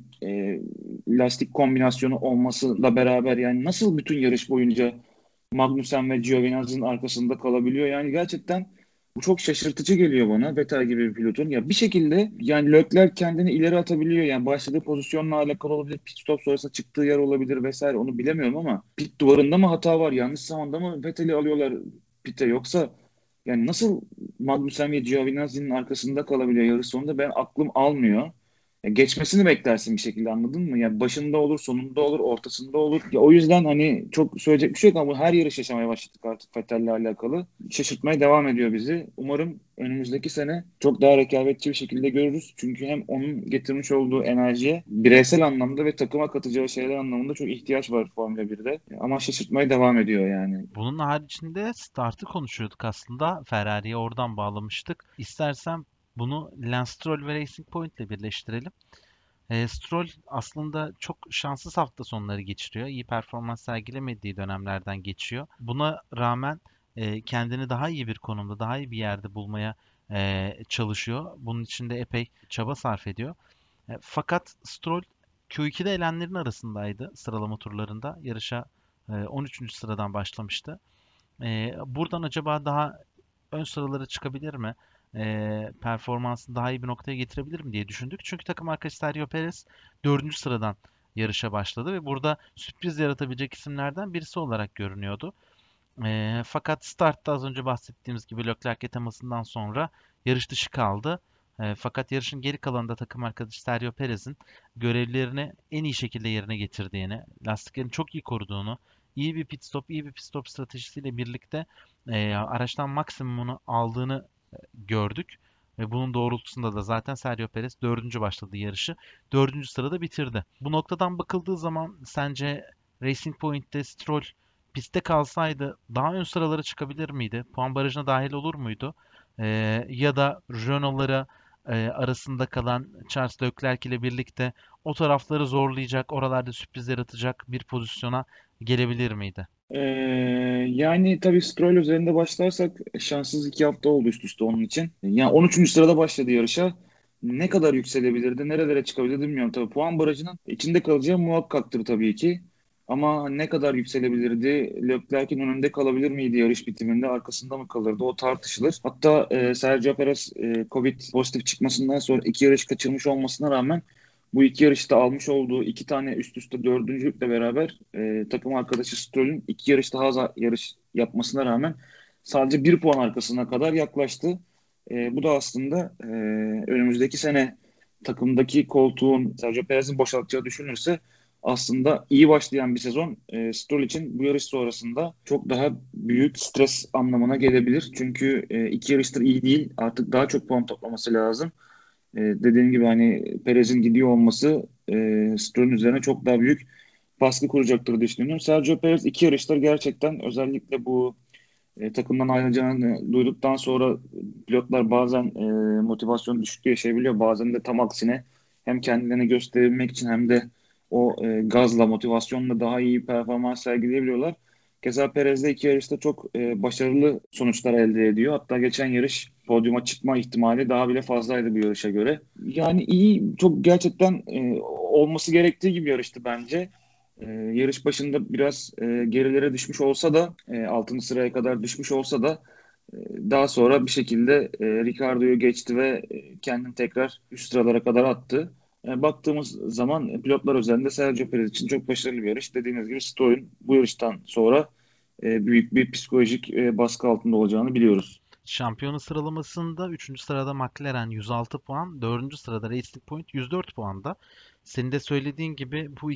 lastik kombinasyonu olmasıyla beraber, yani nasıl bütün yarış boyunca Magnussen ve Giovinazzi'nin arkasında kalabiliyor? Yani gerçekten bu çok şaşırtıcı geliyor bana, Vettel gibi bir pilotun. Ya bir şekilde yani Leclerc kendini ileri atabiliyor. Yani başladığı pozisyonla alakalı olabilir, pit stop sonrasında çıktığı yer olabilir vesaire, onu bilemiyorum ama pit duvarında mı hata var? Yanlış zamanda mı Vettel'i alıyorlar pite, yoksa yani nasıl Magnussen ve Giovinazzi'nin arkasında kalabiliyor yarış sonunda, ben aklım almıyor. Ya geçmesini beklersin bir şekilde, anladın mı? Ya başında olur, sonunda olur, ortasında olur. Ya o yüzden hani çok söyleyecek bir şey yok ama her yarış yaşamaya başladık artık Vettel'le alakalı. Şaşırtmaya devam ediyor bizi. Umarım önümüzdeki sene çok daha rekabetçi bir şekilde görürüz. Çünkü hem onun getirmiş olduğu enerjiye bireysel anlamda ve takıma katacağı şeyler anlamında çok ihtiyaç var Formula 1'de. Ama şaşırtmaya devam ediyor yani. Bunun haricinde startı konuşuyorduk aslında. Ferrari'ye oradan bağlamıştık. İstersen bunu Lance Stroll ve Racing Point ile birleştirelim. Stroll aslında çok şanssız hafta sonları geçiriyor. İyi performans sergilemediği dönemlerden geçiyor. Buna rağmen kendini daha iyi bir konumda, daha iyi bir yerde bulmaya çalışıyor. Bunun için de epey çaba sarf ediyor. Fakat Stroll Q2'de elenlerin arasındaydı sıralama turlarında. Yarışa 13. sıradan başlamıştı. Buradan acaba daha ön sıralara çıkabilir mi? Performansını daha iyi bir noktaya getirebilir mi diye düşündük. Çünkü takım arkadaşı Sergio Perez 4. sıradan yarışa başladı ve burada sürpriz yaratabilecek isimlerden birisi olarak görünüyordu. Fakat startta az önce bahsettiğimiz gibi Leclerc temasından sonra yarış dışı kaldı. Fakat yarışın geri kalanında takım arkadaşı Sergio Perez'in görevlerini en iyi şekilde yerine getirdiğini, lastiklerini çok iyi koruduğunu, iyi bir pit stop stratejisiyle birlikte araçtan maksimumunu aldığını gördük. Ve bunun doğrultusunda da zaten Sergio Perez 4. başladığı yarışı 4. sırada bitirdi. Bu noktadan bakıldığı zaman sence Racing Point'te Stroll pistte kalsaydı daha ön sıralara çıkabilir miydi? Puan barajına dahil olur muydu? Ya da Renault'lara arasında kalan Charles Leclerc ile birlikte o tarafları zorlayacak, oralarda sürpriz yaratacak bir pozisyona gelebilir miydi? Ee, Yani tabii Stroll üzerinde başlarsak şanssız 2 hafta oldu üst üste onun için. Yani 13. sırada başladı yarışa. Ne kadar yükselebilirdi, nerelere çıkabilirdi bilmiyorum. Tabii puan barajının içinde kalacağı muhakkaktır tabii ki. Ama ne kadar yükselebilirdi, Leclerc'in önünde kalabilir miydi yarış bitiminde, arkasında mı kalırdı, o tartışılır. Hatta Sergio Perez Covid pozitif çıkmasından sonra 2 yarış kaçırmış olmasına rağmen bu 2 yarışta almış olduğu 2 tane üst üste dördüncülükle beraber takım arkadaşı Stroll'ün 2 yarış daha az yarış yapmasına rağmen sadece 1 puan arkasına kadar yaklaştı. Bu da aslında önümüzdeki sene takımdaki koltuğun Sergio Perez'in boşaltacağı düşünülürse aslında iyi başlayan bir sezon Stroll için bu yarış sonrasında çok daha büyük stres anlamına gelebilir. Çünkü 2 yarıştır iyi değil. Artık daha çok puan toplaması lazım. Dediğim gibi hani Perez'in gidiyor olması Stroll'ün üzerine çok daha büyük baskı kuracaktır diye düşünüyorum. Sergio Perez 2 yarıştır gerçekten, özellikle bu takımdan ayrılacağını duyduktan sonra pilotlar bazen motivasyon düşüklüğü yaşayabiliyor. Bazen de tam aksine hem kendilerini gösterebilmek için hem de o gazla, motivasyonla daha iyi performans sergileyebiliyorlar. Keza Perez de 2 yarışta çok başarılı sonuçlar elde ediyor. Hatta geçen yarış podyuma çıkma ihtimali daha bile fazlaydı bu yarışa göre. Yani iyi, çok gerçekten olması gerektiği gibi yarıştı bence. Yarış başında biraz gerilere düşmüş olsa da 6. sıraya kadar düşmüş olsa da daha sonra bir şekilde Ricardo'yu geçti ve kendini tekrar üst sıralara kadar attı. Baktığımız zaman pilotlar özelinde Sergio Perez için çok başarılı bir yarış. Dediğiniz gibi Stroll'ün bu yarıştan sonra büyük bir psikolojik baskı altında olacağını biliyoruz. Şampiyona sıralamasında 3. sırada McLaren 106 puan, 4. sırada Racing Point 104 puanda. Senin de söylediğin gibi bu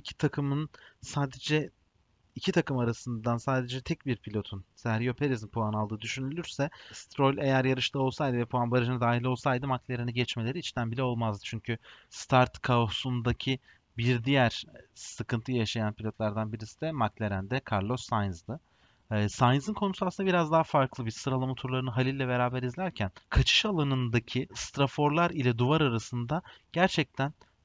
iki takım arasından sadece tek bir pilotun Sergio Perez'in puan aldığı düşünülürse Stroll eğer yarışta olsaydı ve puan barajına dahil olsaydı McLaren'i geçmeleri içten bile olmazdı. Çünkü start kaosundaki bir diğer sıkıntı yaşayan pilotlardan birisi de McLaren'de Carlos Sainz'dı. Sainz'in konusu aslında biraz daha farklı. Biz sıralama turlarını Halil'le beraber izlerken kaçış alanındaki straforlar ile duvar arasında gerçekten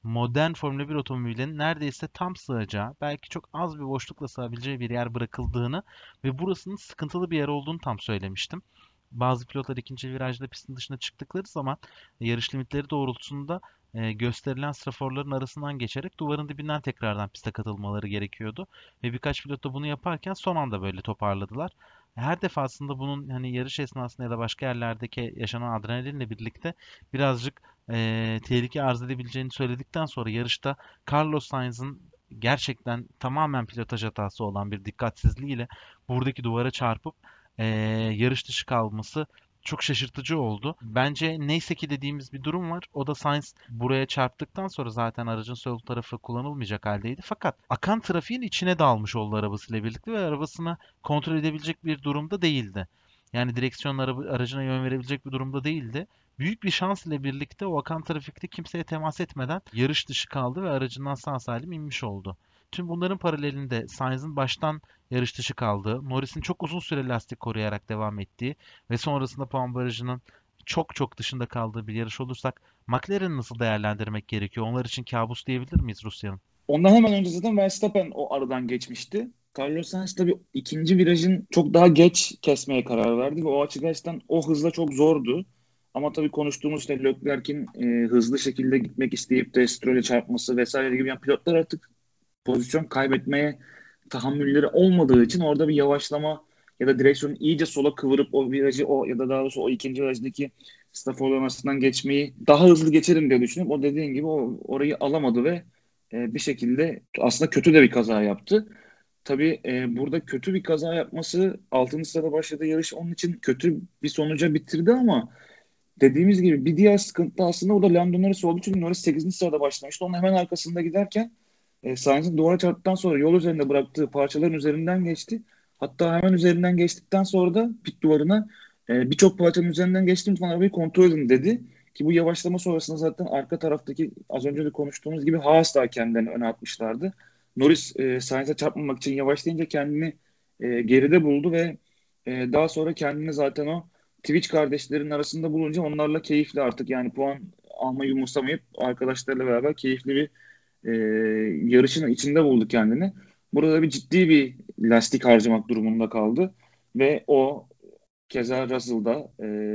modern Formula 1 otomobilinin neredeyse tam sığacağı, belki çok az bir boşlukla sığabileceği bir yer bırakıldığını ve burasının sıkıntılı bir yer olduğunu tam söylemiştim. Bazı pilotlar ikinci virajda pistin dışına çıktıkları zaman yarış limitleri doğrultusunda gösterilen straforların arasından geçerek duvarın dibinden tekrardan piste katılmaları gerekiyordu. Ve birkaç pilot da bunu yaparken son anda böyle toparladılar. Her defasında bunun hani yarış esnasında ya da başka yerlerdeki yaşanan adrenalinle birlikte birazcık tehlike arz edebileceğini söyledikten sonra yarışta Carlos Sainz'ın gerçekten tamamen pilotaj hatası olan bir dikkatsizliğiyle buradaki duvara çarpıp eee, yarış dışı kalması çok şaşırtıcı oldu. Bence neyse ki dediğimiz bir durum var. O da Sainz buraya çarptıktan sonra zaten aracın sol tarafı kullanılmayacak haldeydi. Fakat akan trafiğin içine dalmış oldu arabasıyla birlikte ve arabasını kontrol edebilecek bir durumda değildi. Yani direksiyon aracına yön verebilecek bir durumda değildi. Büyük bir şans ile birlikte o akan trafikte kimseye temas etmeden yarış dışı kaldı ve aracından sağ salim inmiş oldu. Tüm bunların paralelinde Sainz'ın baştan yarış dışı kaldığı, Norris'in çok uzun süre lastik koruyarak devam ettiği ve sonrasında puan barajının çok çok dışında kaldığı bir yarış olursak McLaren'i nasıl değerlendirmek gerekiyor? Onlar için kabus diyebilir miyiz Rusya'nın? Ondan hemen önce zaten Verstappen o aradan geçmişti. Carlos Sainz tabii ikinci virajın çok daha geç kesmeye karar verdi ve o açı gerçekten o hızla çok zordu. Ama tabii konuştuğumuz işte Leclerc'in hızlı şekilde gitmek isteyip de Stroll'e çarpması vesaire gibi, yani pilotlar artık pozisyon kaybetmeye tahammülleri olmadığı için orada bir yavaşlama ya da direksiyonu iyice sola kıvırıp o virajı, o ya da daha doğrusu o ikinci virajdaki Stafford'un arasından geçmeyi daha hızlı geçerim diye düşünüp o dediğin gibi orayı alamadı ve bir şekilde aslında kötü de bir kaza yaptı. Tabii burada kötü bir kaza yapması, 6. sırada başladığı yarış onun için kötü bir sonuca bitirdi ama dediğimiz gibi bir diğer sıkıntı aslında o da Lando Norris oldu. Çünkü Norris 8. sırada başlamıştı. Onun hemen arkasında giderken Sainz'in duvara çarptıktan sonra yol üzerinde bıraktığı parçaların üzerinden geçti. Hatta hemen üzerinden geçtikten sonra da pit duvarına birçok parçanın üzerinden geçtim lütfen arabayı kontrol edin dedi. Ki bu yavaşlama sonrasında zaten arka taraftaki az önce de konuştuğumuz gibi Haas da kendilerini öne atmışlardı. Norris Sainz'e çarpmamak için yavaşlayınca kendini geride buldu ve daha sonra kendini zaten o Twitch kardeşlerin arasında bulunca onlarla keyifli artık, yani puan almayı umursamayıp arkadaşlarıyla beraber keyifli bir e, yarışın içinde buldu kendini. Burada bir ciddi bir lastik harcamak durumunda kaldı ve o keza Russell'da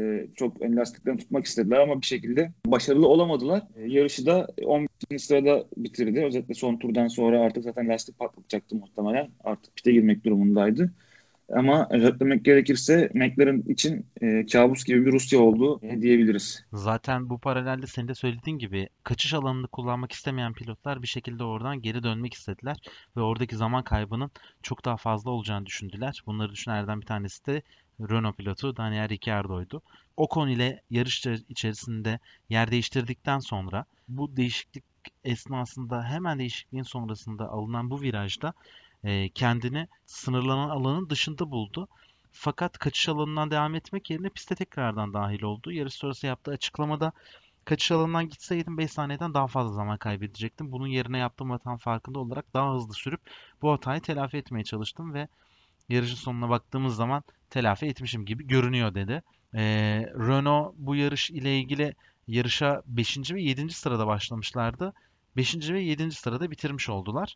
çok lastikten tutmak istediler ama bir şekilde başarılı olamadılar. Yarışı da 11. sırada bitirdi. Özellikle son turdan sonra artık zaten lastik patlatacaktı muhtemelen. Artık pite girmek durumundaydı. Ama özetlemek gerekirse McLaren için kabus gibi bir Rusya oldu diyebiliriz. Zaten bu paralelde senin de söylediğin gibi kaçış alanını kullanmak istemeyen pilotlar bir şekilde oradan geri dönmek istediler ve oradaki zaman kaybının çok daha fazla olacağını düşündüler. Bunları düşünenlerden bir tanesi de Renault pilotu Daniel Ricciardo'ydu. Ocon ile yarış içerisinde yer değiştirdikten sonra bu değişiklik esnasında hemen değişikliğin sonrasında alınan bu virajda kendini sınırlanan alanın dışında buldu. Fakat kaçış alanından devam etmek yerine piste tekrardan dahil oldu. Yarış sonrası yaptığı açıklamada kaçış alanından gitseydim 5 saniyeden daha fazla zaman kaybedecektim. Bunun yerine yaptığım hatanın farkında olarak daha hızlı sürüp bu hatayı telafi etmeye çalıştım ve yarışın sonuna baktığımız zaman telafi etmişim gibi görünüyor dedi. Renault bu yarış ile ilgili yarışa 5. ve 7. sırada başlamışlardı. 5. ve 7. sırada bitirmiş oldular.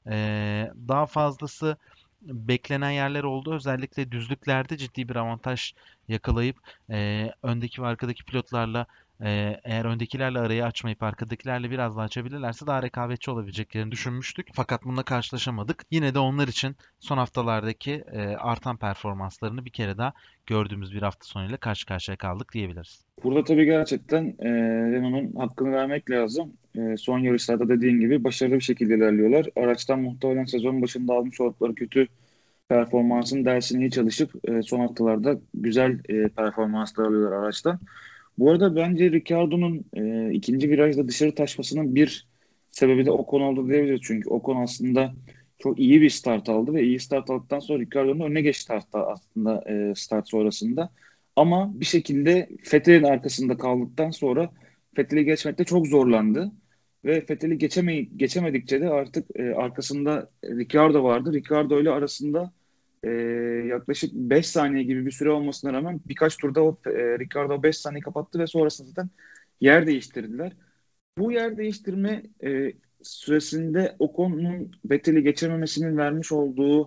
Daha fazlası beklenen yerler oldu. Özellikle düzlüklerde ciddi bir avantaj yakalayıp öndeki ve arkadaki pilotlarla eğer öndekilerle arayı açmayıp arkadakilerle biraz daha açabilirlerse daha rekabetçi olabileceklerini düşünmüştük. Fakat bununla karşılaşamadık. Yine de onlar için son haftalardaki artan performanslarını bir kere daha gördüğümüz bir hafta sonuyla karşı karşıya kaldık diyebiliriz. Burada tabii gerçekten Renault'un hakkını vermek lazım. Son yarışlarda dediğin gibi başarılı bir şekilde ilerliyorlar. Araçtan muhtemelen sezon başında almış oldukları kötü performansın dersini iyi çalışıp son haftalarda güzel performanslar alıyorlar araçtan. Bu arada bence Ricciardo'nun ikinci virajda dışarı taşmasının bir sebebi de Ocon oldu diyebiliriz. Çünkü Ocon aslında çok iyi bir start aldı ve iyi start aldıktan sonra Ricciardo'nun önüne geçti hatta aslında start sonrasında. Ama bir şekilde Vettel'in arkasında kaldıktan sonra Vettel'i geçmekte çok zorlandı. Ve Vettel'i geçemedikçe de artık arkasında Ricciardo vardı. Ricciardo ile arasında e, yaklaşık 5 saniye gibi bir süre olmasına rağmen birkaç turda Ricciardo 5 saniye kapattı ve sonrasında zaten yer değiştirdiler. Bu yer değiştirme süresinde Ocon'un Vettel'i geçememesinin vermiş olduğu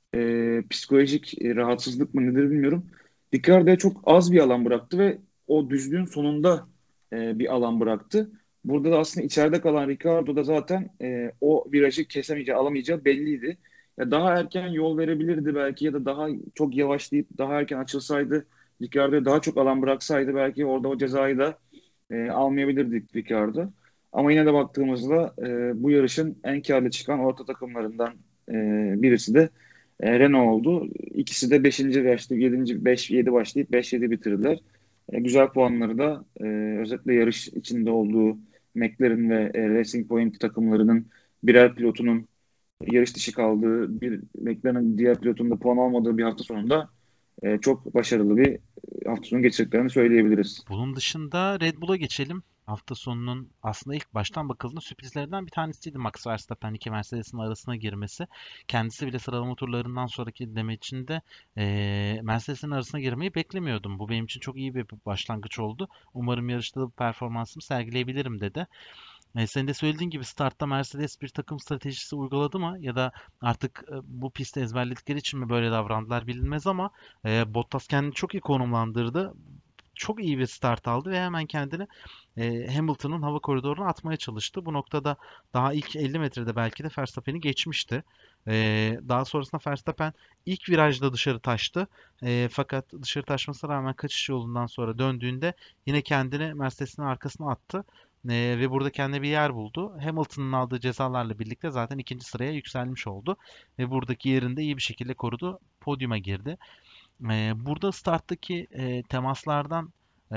psikolojik rahatsızlık mı nedir bilmiyorum. Ricciardo'ya çok az bir alan bıraktı ve o düzlüğün sonunda bir alan bıraktı. Burada da aslında içeride kalan Ricciardo da zaten o virajı kesemeyeceği, alamayacağı belliydi. Ya daha erken yol verebilirdi belki ya da daha çok yavaşlayıp daha erken açılsaydı, Ricciardo'ya daha çok alan bıraksaydı belki orada o cezayı da almayabilirdik Ricciardo. Ama yine de baktığımızda bu yarışın en karlı çıkan orta takımlarından birisi de Renault oldu. İkisi de 5. yarışta 7. 5-7 başlayıp 5-7 bitirdiler. Güzel puanları da özellikle yarış içinde olduğu McLaren ve Racing Point takımlarının birer pilotunun yarış dışı kaldığı, bir McLaren'ın diğer pilotunun da puan almadığı bir hafta sonunda çok başarılı bir hafta sonu geçirdiklerini söyleyebiliriz. Bunun dışında Red Bull'a geçelim. Hafta sonunun aslında ilk baştan bakıldığında sürprizlerinden bir tanesiydi Max Verstappen iki Mercedes'in arasına girmesi. Kendisi bile sıralama turlarından sonraki demeçinde Mercedes'in arasına girmeyi beklemiyordum. Bu benim için çok iyi bir başlangıç oldu. Umarım yarışta da bu performansımı sergileyebilirim dedi. Senin de söylediğin gibi startta Mercedes bir takım stratejisi uyguladı mı ya da artık bu pisti ezberledikleri için mi böyle davrandılar bilinmez ama Bottas kendini çok iyi konumlandırdı. Çok iyi bir start aldı ve hemen kendini Hamilton'ın hava koridoruna atmaya çalıştı. Bu noktada daha ilk 50 metrede belki de Verstappen'i geçmişti. Daha sonrasında Verstappen ilk virajda dışarı taştı. Fakat dışarı taşmasına rağmen kaçış yolundan sonra döndüğünde yine kendini Mercedes'in arkasına attı. Ve burada kendine bir yer buldu. Hamilton'ın aldığı cezalarla birlikte zaten ikinci sıraya yükselmiş oldu. Ve buradaki yerini de iyi bir şekilde korudu. Podyuma girdi. Burada starttaki temaslardan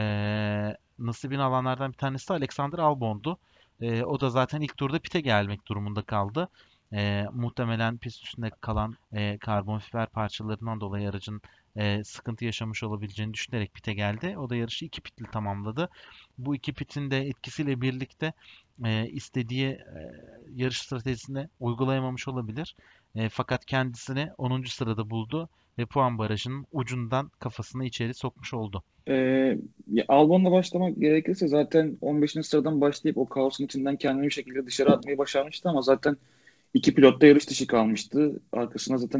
nasibini alanlardan bir tanesi de Alexander Albon'du. O da zaten ilk turda pite gelmek durumunda kaldı. Muhtemelen pist üstünde kalan karbon fiber parçalarından dolayı aracın sıkıntı yaşamış olabileceğini düşünerek pite geldi. O da yarışı iki pitli tamamladı. Bu iki pitin de etkisiyle birlikte istediği yarış stratejisini uygulayamamış olabilir. Fakat kendisini 10. sırada buldu ve puan barajının ucundan kafasını içeri sokmuş oldu. Ee, Albon'la başlamak gerekirse zaten 15. sıradan başlayıp o kaosun içinden kendini bir şekilde dışarı atmayı başarmıştı ama zaten iki pilot da yarış dışı kalmıştı. Arkasında zaten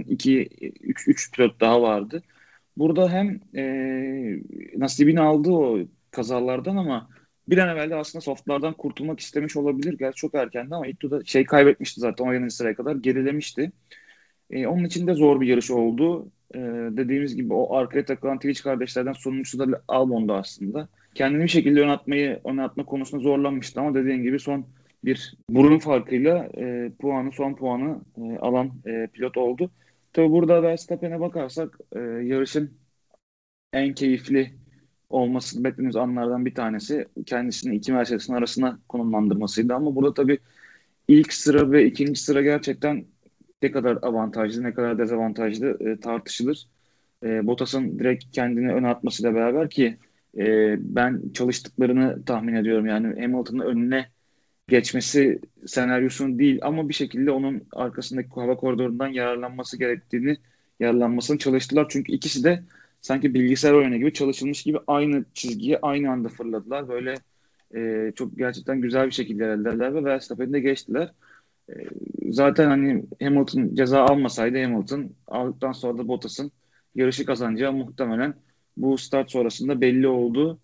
3 pilot daha vardı. Burada hem nasibini aldı o kazalardan ama bir an evvel de aslında softlardan kurtulmak istemiş olabilir. Gerçi çok erkendi ama ilk turda şey kaybetmişti zaten 17. sıraya kadar gerilemişti. Onun için de zor bir yarış oldu. Dediğimiz gibi o arkaya takılan Twitch kardeşlerden sonuncusu da Albon'du aslında. Kendini bir şekilde ön atma konusunda zorlanmıştı ama dediğim gibi son bir burun farkıyla son puanı alan pilot oldu. Tabii burada Verstappen'e bakarsak yarışın en keyifli olmasını beklediğimiz anlardan bir tanesi kendisini iki Mercedes'in arasına konumlandırmasıydı. Ama burada tabii ilk sıra ve ikinci sıra gerçekten ne kadar avantajlı, ne kadar dezavantajlı tartışılır. Bottas'ın direkt kendini öne atmasıyla beraber ki ben çalıştıklarını tahmin ediyorum. Yani Hamilton'ın önüne geçmesi senaryosunun değil ama bir şekilde onun arkasındaki hava koridorundan yararlanmasını çalıştılar. Çünkü ikisi de sanki bilgisayar oyunu gibi çalışılmış gibi aynı çizgiye aynı anda fırladılar. Böyle çok gerçekten güzel bir şekilde ilerlediler ve Verstappen'i de geçtiler. E, Zaten hani Hamilton ceza almasaydı Hamilton aldıktan sonra da Bottas'ın yarışı kazanacağı muhtemelen bu start sonrasında belli oldu.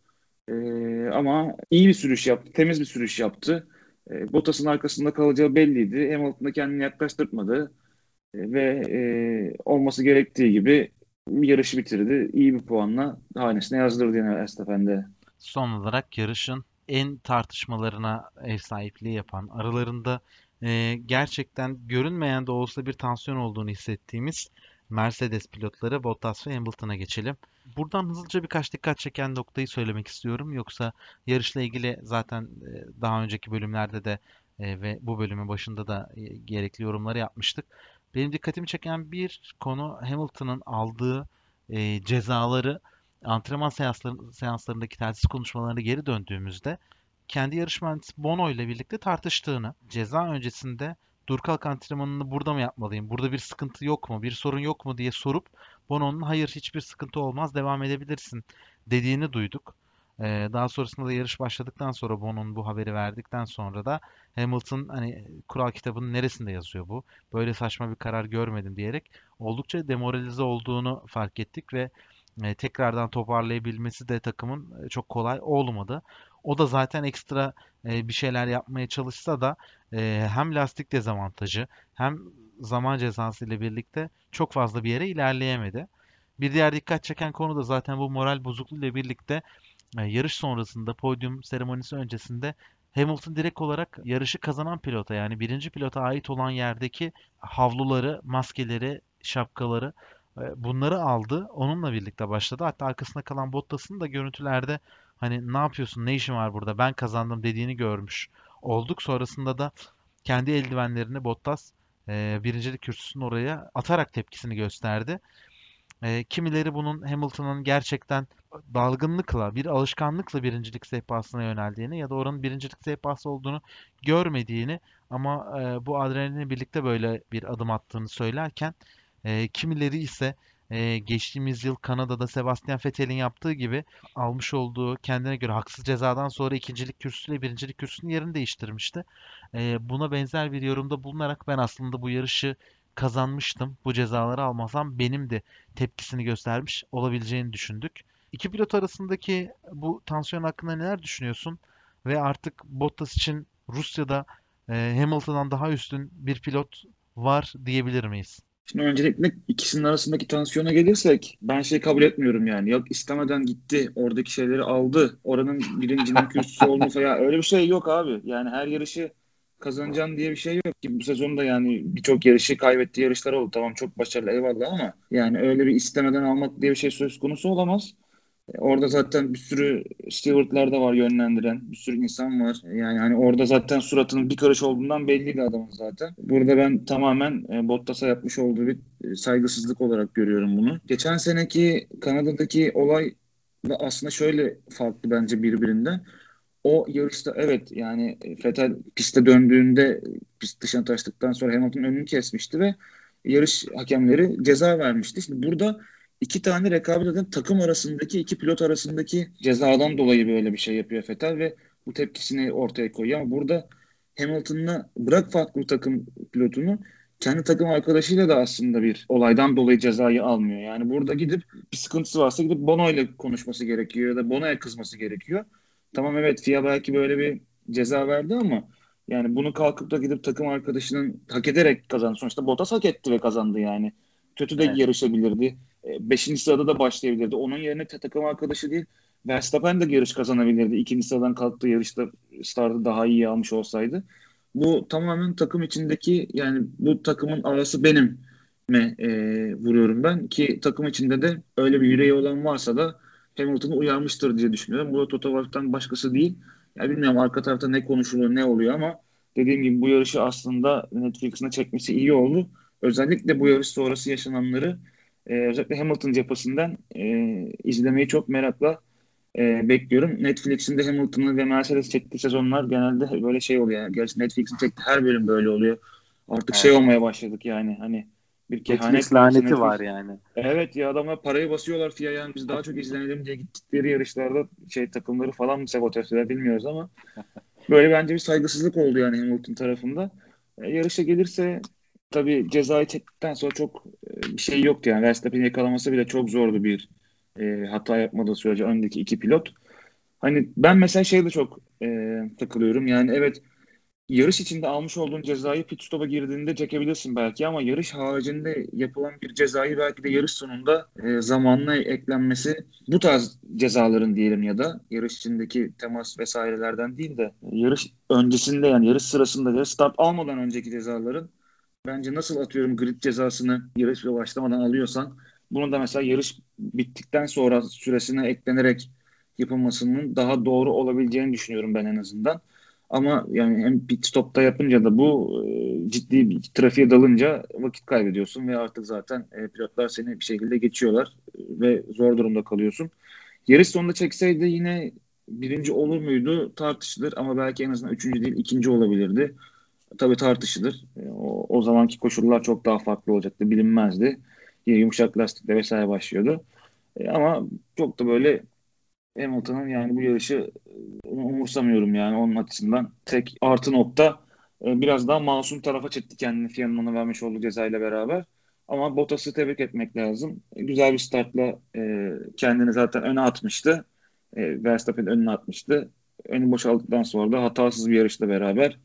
Ama iyi bir sürüş yaptı, temiz bir sürüş yaptı. Bottas'ın arkasında kalacağı belliydi. Hamilton da kendini yaklaştırmadı ve olması gerektiği gibi yarışı bitirdi. İyi bir puanla hanesine yazdırdı yine Verstappen'de. Son olarak yarışın en tartışmalarına ev sahipliği yapan, aralarında gerçekten görünmeyen de olsa bir tansiyon olduğunu hissettiğimiz Mercedes pilotları Bottas ve Hamilton'a geçelim. Buradan hızlıca birkaç dikkat çeken noktayı söylemek istiyorum. Yoksa yarışla ilgili zaten daha önceki bölümlerde de ve bu bölümün başında da gerekli yorumları yapmıştık. Benim dikkatimi çeken bir konu Hamilton'ın aldığı cezaları antrenman seanslarındaki telsiz konuşmalarına geri döndüğümüzde kendi yarış mühendisi Bono ile birlikte tartıştığını, ceza öncesinde dur kalk antrenmanını burada mı yapmalıyım, burada bir sıkıntı yok mu, bir sorun yok mu diye sorup Bono'nun hayır hiçbir sıkıntı olmaz devam edebilirsin dediğini duyduk. Daha sonrasında da yarış başladıktan sonra Bono'nun bu haberi verdikten sonra da Hamilton hani kural kitabının neresinde yazıyor bu? Böyle saçma bir karar görmedim diyerek oldukça demoralize olduğunu fark ettik ve tekrardan toparlayabilmesi de takımın çok kolay olmadı. O da zaten ekstra bir şeyler yapmaya çalışsa da hem lastik dezavantajı hem zaman cezası ile birlikte çok fazla bir yere ilerleyemedi. Bir diğer dikkat çeken konu da zaten bu moral bozukluğu ile birlikte yarış sonrasında podyum seremonisi öncesinde Hamilton direkt olarak yarışı kazanan pilota yani birinci pilota ait olan yerdeki havluları, maskeleri, şapkaları bunları aldı. Onunla birlikte başladı. Hatta arkasında kalan Bottas'ın da görüntülerde hani ne yapıyorsun, ne işin var burada, ben kazandım dediğini görmüş olduk. Sonrasında da kendi eldivenlerini Bottas birincilik kürsüsünün oraya atarak tepkisini gösterdi. Kimileri bunun Hamilton'ın gerçekten dalgınlıkla, bir alışkanlıkla birincilik sehpasına yöneldiğini ya da oranın birincilik sehpası olduğunu görmediğini ama bu adrenalinle birlikte böyle bir adım attığını söylerken kimileri ise geçtiğimiz yıl Kanada'da Sebastian Vettel'in yaptığı gibi almış olduğu kendine göre haksız cezadan sonra ikincilik kürsüsüyle birincilik kürsüsünün yerini değiştirmişti. Buna benzer bir yorumda bulunarak ben aslında bu yarışı kazanmıştım. Bu cezaları almasam benim de tepkisini göstermiş olabileceğini düşündük. İki pilot arasındaki bu tansiyon hakkında neler düşünüyorsun? Ve artık Bottas için Rusya'da Hamilton'dan daha üstün bir pilot var diyebilir miyiz? Şimdi öncelikle ikisinin arasındaki tansiyona gelirsek ben şey kabul etmiyorum yani. Yok istemeden gitti, oradaki şeyleri aldı, oranın birincinin kürsüsü oldu falan. Öyle bir şey yok abi. Yani her yarışı kazanacağım diye bir şey yok ki. Bu sezonda yani birçok yarışı kaybettiği yarışlar oldu. Tamam çok başarılı eyvallah ama yani öyle bir istemeden almak diye bir şey söz konusu olamaz. Orada zaten bir sürü stewardlar da var yönlendiren. Bir sürü insan var. Yani hani orada zaten suratının bir karış olduğundan belliydi adamın zaten. Burada ben tamamen Bottas'a yapmış olduğu bir saygısızlık olarak görüyorum bunu. Geçen seneki Kanada'daki olay da aslında şöyle farklı bence birbirinden. O yarışta evet yani Vettel piste döndüğünde pist dışına taştıktan sonra Hamilton'ın önünü kesmişti ve yarış hakemleri ceza vermişti. Şimdi burada iki tane rekabet eden takım arasındaki iki pilot arasındaki cezadan dolayı böyle bir şey yapıyor Vettel ve bu tepkisini ortaya koyuyor. Ama burada Hamilton'la bırak farklı takım pilotunu kendi takım arkadaşıyla da aslında bir olaydan dolayı cezayı almıyor. Yani burada gidip bir sıkıntısı varsa gidip Bono ile konuşması gerekiyor ya da Bono'ya kızması gerekiyor. Tamam evet FIA belki böyle bir ceza verdi ama yani bunu kalkıp da gidip takım arkadaşının hak ederek kazandı. Sonuçta Bottas hak etti ve kazandı yani. Kötü de Evet. yarışabilirdi. Beşinci sırada da başlayabilirdi. Onun yerine takım arkadaşı değil Verstappen de yarış kazanabilirdi. İkinci sıradan kalktığı yarışta startı daha iyi almış olsaydı. Bu tamamen takım içindeki yani bu takımın arası benim mi vuruyorum ben ki takım içinde de öyle bir yüreği olan varsa da Hamilton'ı uyarmıştır diye düşünüyorum. Bu da Toto Wolff'tan başkası değil. Ya bilmiyorum arka tarafta ne konuşuluyor ne oluyor ama dediğim gibi bu yarışı aslında Netflix'ine çekmesi iyi oldu. Özellikle bu yarış sonrası yaşananları özellikle Hamilton cephasından izlemeyi çok merakla bekliyorum. Netflix'in de Hamilton'ı ve Mercedes çektiği sezonlar genelde böyle şey oluyor. Yani. Gerçi Netflix'in çektiği her bölüm böyle oluyor. Artık şey Evet. olmaya başladık yani. Hani bir kehanet Netflix gibi olsa laneti Netflix. var yani. Evet ya adamlar parayı basıyorlar FIA yani biz daha çok izlenelim diye gittikleri yarışlarda şey takımları falan mı sabote ediyorlar bilmiyoruz ama böyle bence bir saygısızlık oldu yani Hamilton tarafında. Yarışa gelirse tabii cezayı çektikten sonra çok bir şey yoktu yani. Verstappen'i yakalaması bile çok zordu bir hata yapmadığı sürece öndeki iki pilot. Hani ben mesela şeyde çok takılıyorum. Yani evet yarış içinde almış olduğun cezayı pit stop'a girdiğinde çekebilirsin belki ama yarış haricinde yapılan bir cezayı belki de yarış sonunda zamanla eklenmesi bu tarz cezaların diyelim ya da yarış içindeki temas vesairelerden değil de yarış öncesinde yani yarış sırasında ya start almadan önceki cezaların bence nasıl atıyorum grid cezasını yarış başlamadan alıyorsan bunu da mesela yarış bittikten sonra süresine eklenerek yapılmasının daha doğru olabileceğini düşünüyorum ben en azından. Ama yani hem pit stop'ta yapınca da bu ciddi bir trafiğe dalınca vakit kaybediyorsun ve artık zaten pilotlar seni bir şekilde geçiyorlar ve zor durumda kalıyorsun. Yarış sonunda çekseydi yine birinci olur muydu tartışılır ama belki en azından üçüncü değil ikinci olabilirdi. Tabii tartışılır. O zamanki koşullar çok daha farklı olacaktı bilinmezdi. Yine yumuşak lastikle vesaire başlıyordu. Ama çok da böyle Hamilton'ın yani bu yarışı umursamıyorum yani onun açısından. Tek artı nokta biraz daha masum tarafa çekti kendini FIA'nın ona vermiş olduğu cezayla beraber. Ama Bottas'ı tebrik etmek lazım. Güzel bir startla kendini zaten öne atmıştı. Verstappen önüne atmıştı. Önü boşaldıktan sonra da hatasız bir yarışla beraber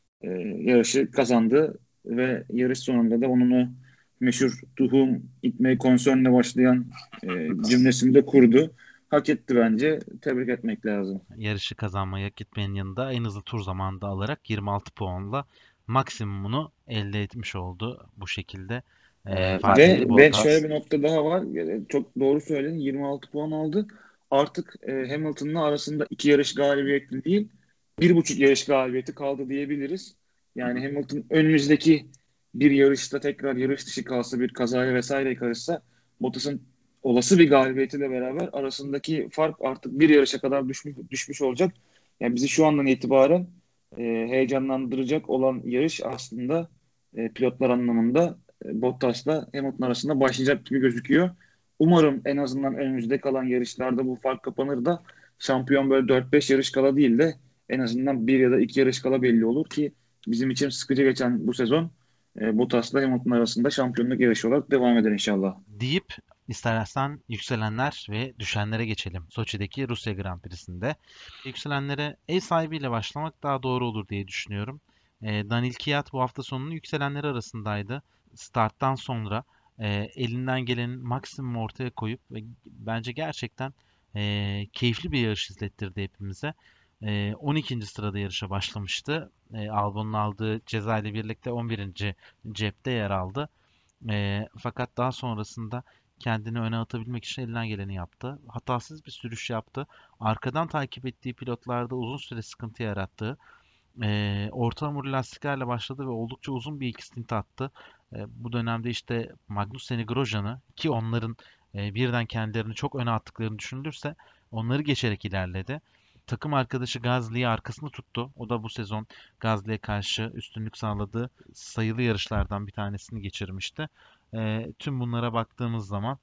yarışı kazandı ve yarış sonunda da onun o meşhur "To whom it may concern'le başlayan cümlesini de kurdu. Hak etti bence. Tebrik etmek lazım. Yarışı kazanmaya gitmenin yanında en hızlı tur zamanını da alarak 26 puanla maksimumunu elde etmiş oldu bu şekilde. Valtteri Ve Bottas. şöyle bir nokta daha var. Çok doğru söyledin. 26 puan aldı. Artık Hamilton'la arasında 2 yarış galibiyeti değil, 1,5 yarış galibiyeti kaldı diyebiliriz. Yani Hamilton önümüzdeki bir yarışta tekrar yarış dışı kalsa, bir kazaya vesaire karışsa, Bottas'ın olası bir galibiyetiyle beraber arasındaki fark artık bir yarışa kadar düşmüş olacak. Yani bizi şu andan itibaren heyecanlandıracak olan yarış aslında pilotlar anlamında Bottas'la Hamilton arasında başlayacak gibi gözüküyor. Umarım en azından önümüzde kalan yarışlarda bu fark kapanır da şampiyon böyle 4-5 yarış kala değil de en azından bir ya da iki yarış kala belli olur ki bizim için sıkıcı geçen bu sezon Bottas'la Hamilton arasında şampiyonluk yarışı olarak devam eder inşallah. Deyip istersen yükselenler ve düşenlere geçelim. Soçi'deki Rusya Grand Prix'sinde. Yükselenlere ev sahibiyle başlamak daha doğru olur diye düşünüyorum. Daniil Kvyat bu hafta sonunun yükselenleri arasındaydı. Starttan sonra elinden gelenin maksimum ortaya koyup ve bence gerçekten keyifli bir yarış izlettirdi hepimize. 12. sırada yarışa başlamıştı. Albon'un aldığı ceza ile birlikte 11. cepte yer aldı. Fakat daha sonrasında kendini öne atabilmek için elinden geleni yaptı. Hatasız bir sürüş yaptı. Arkadan takip ettiği pilotlarda uzun süre sıkıntı yarattı. Orta hamurlu lastiklerle başladı ve oldukça uzun bir iki stint attı. Bu dönemde işte Magnussen Grosjean'ı ki onların birden kendilerini çok öne attıklarını düşünülürse onları geçerek ilerledi. Takım arkadaşı Gasly'yi arkasında tuttu. O da bu sezon Gasly'ye karşı üstünlük sağladığı sayılı yarışlardan bir tanesini geçirmişti. Tüm bunlara baktığımız zaman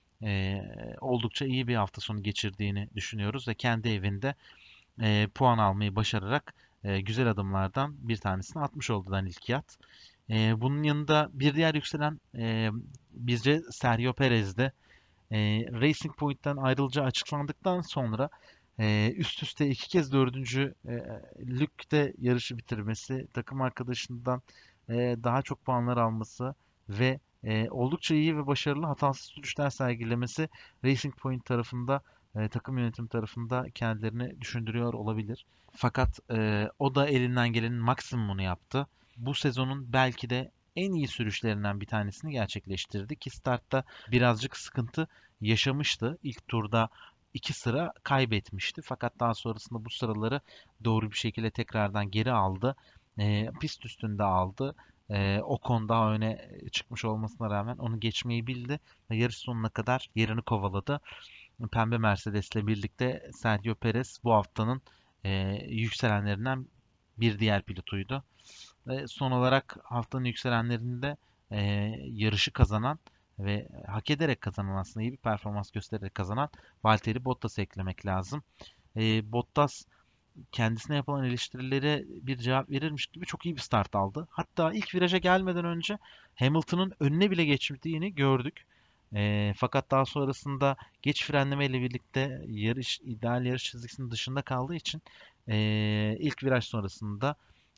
oldukça iyi bir hafta sonu geçirdiğini düşünüyoruz ve kendi evinde puan almayı başararak güzel adımlardan bir tanesini atmış oldu Daniil Kvyat. Bunun yanında bir diğer yükselen bizce Sergio Perez'de. Racing Point'ten ayrılacağı açıklandıktan sonra üst üste iki kez dördüncü lükte yarışı bitirmesi, takım arkadaşından daha çok puanlar alması ve oldukça iyi ve başarılı hatasız sürüşler sergilemesi Racing Point tarafında takım yönetim tarafında kendilerini düşündürüyor olabilir. Fakat o da elinden gelenin maksimumunu yaptı. Bu sezonun belki de en iyi sürüşlerinden bir tanesini gerçekleştirdi ki startta birazcık sıkıntı yaşamıştı. İlk turda 2 sıra kaybetmişti. Fakat daha sonrasında bu sıraları doğru bir şekilde tekrardan geri aldı. Pist üstünde aldı. Ocon daha öne çıkmış olmasına rağmen onu geçmeyi bildi ve yarış sonuna kadar yerini kovaladı. Pembe Mercedes'le birlikte Sergio Perez bu haftanın yükselenlerinden bir diğer pilotuydu. Ve son olarak haftanın yükselenlerinde e, yarışı kazanan ve hak ederek kazanan aslında iyi bir performans göstererek kazanan Valtteri Bottas'ı eklemek lazım. Bottas kendisine yapılan eleştirilere bir cevap verirmiş gibi çok iyi bir start aldı. Hatta ilk viraja gelmeden önce Hamilton'ın önüne bile geçtiğini gördük. Fakat daha sonrasında geç frenleme ile birlikte ideal yarış çizgisinin dışında kaldığı için ilk viraj sonrasında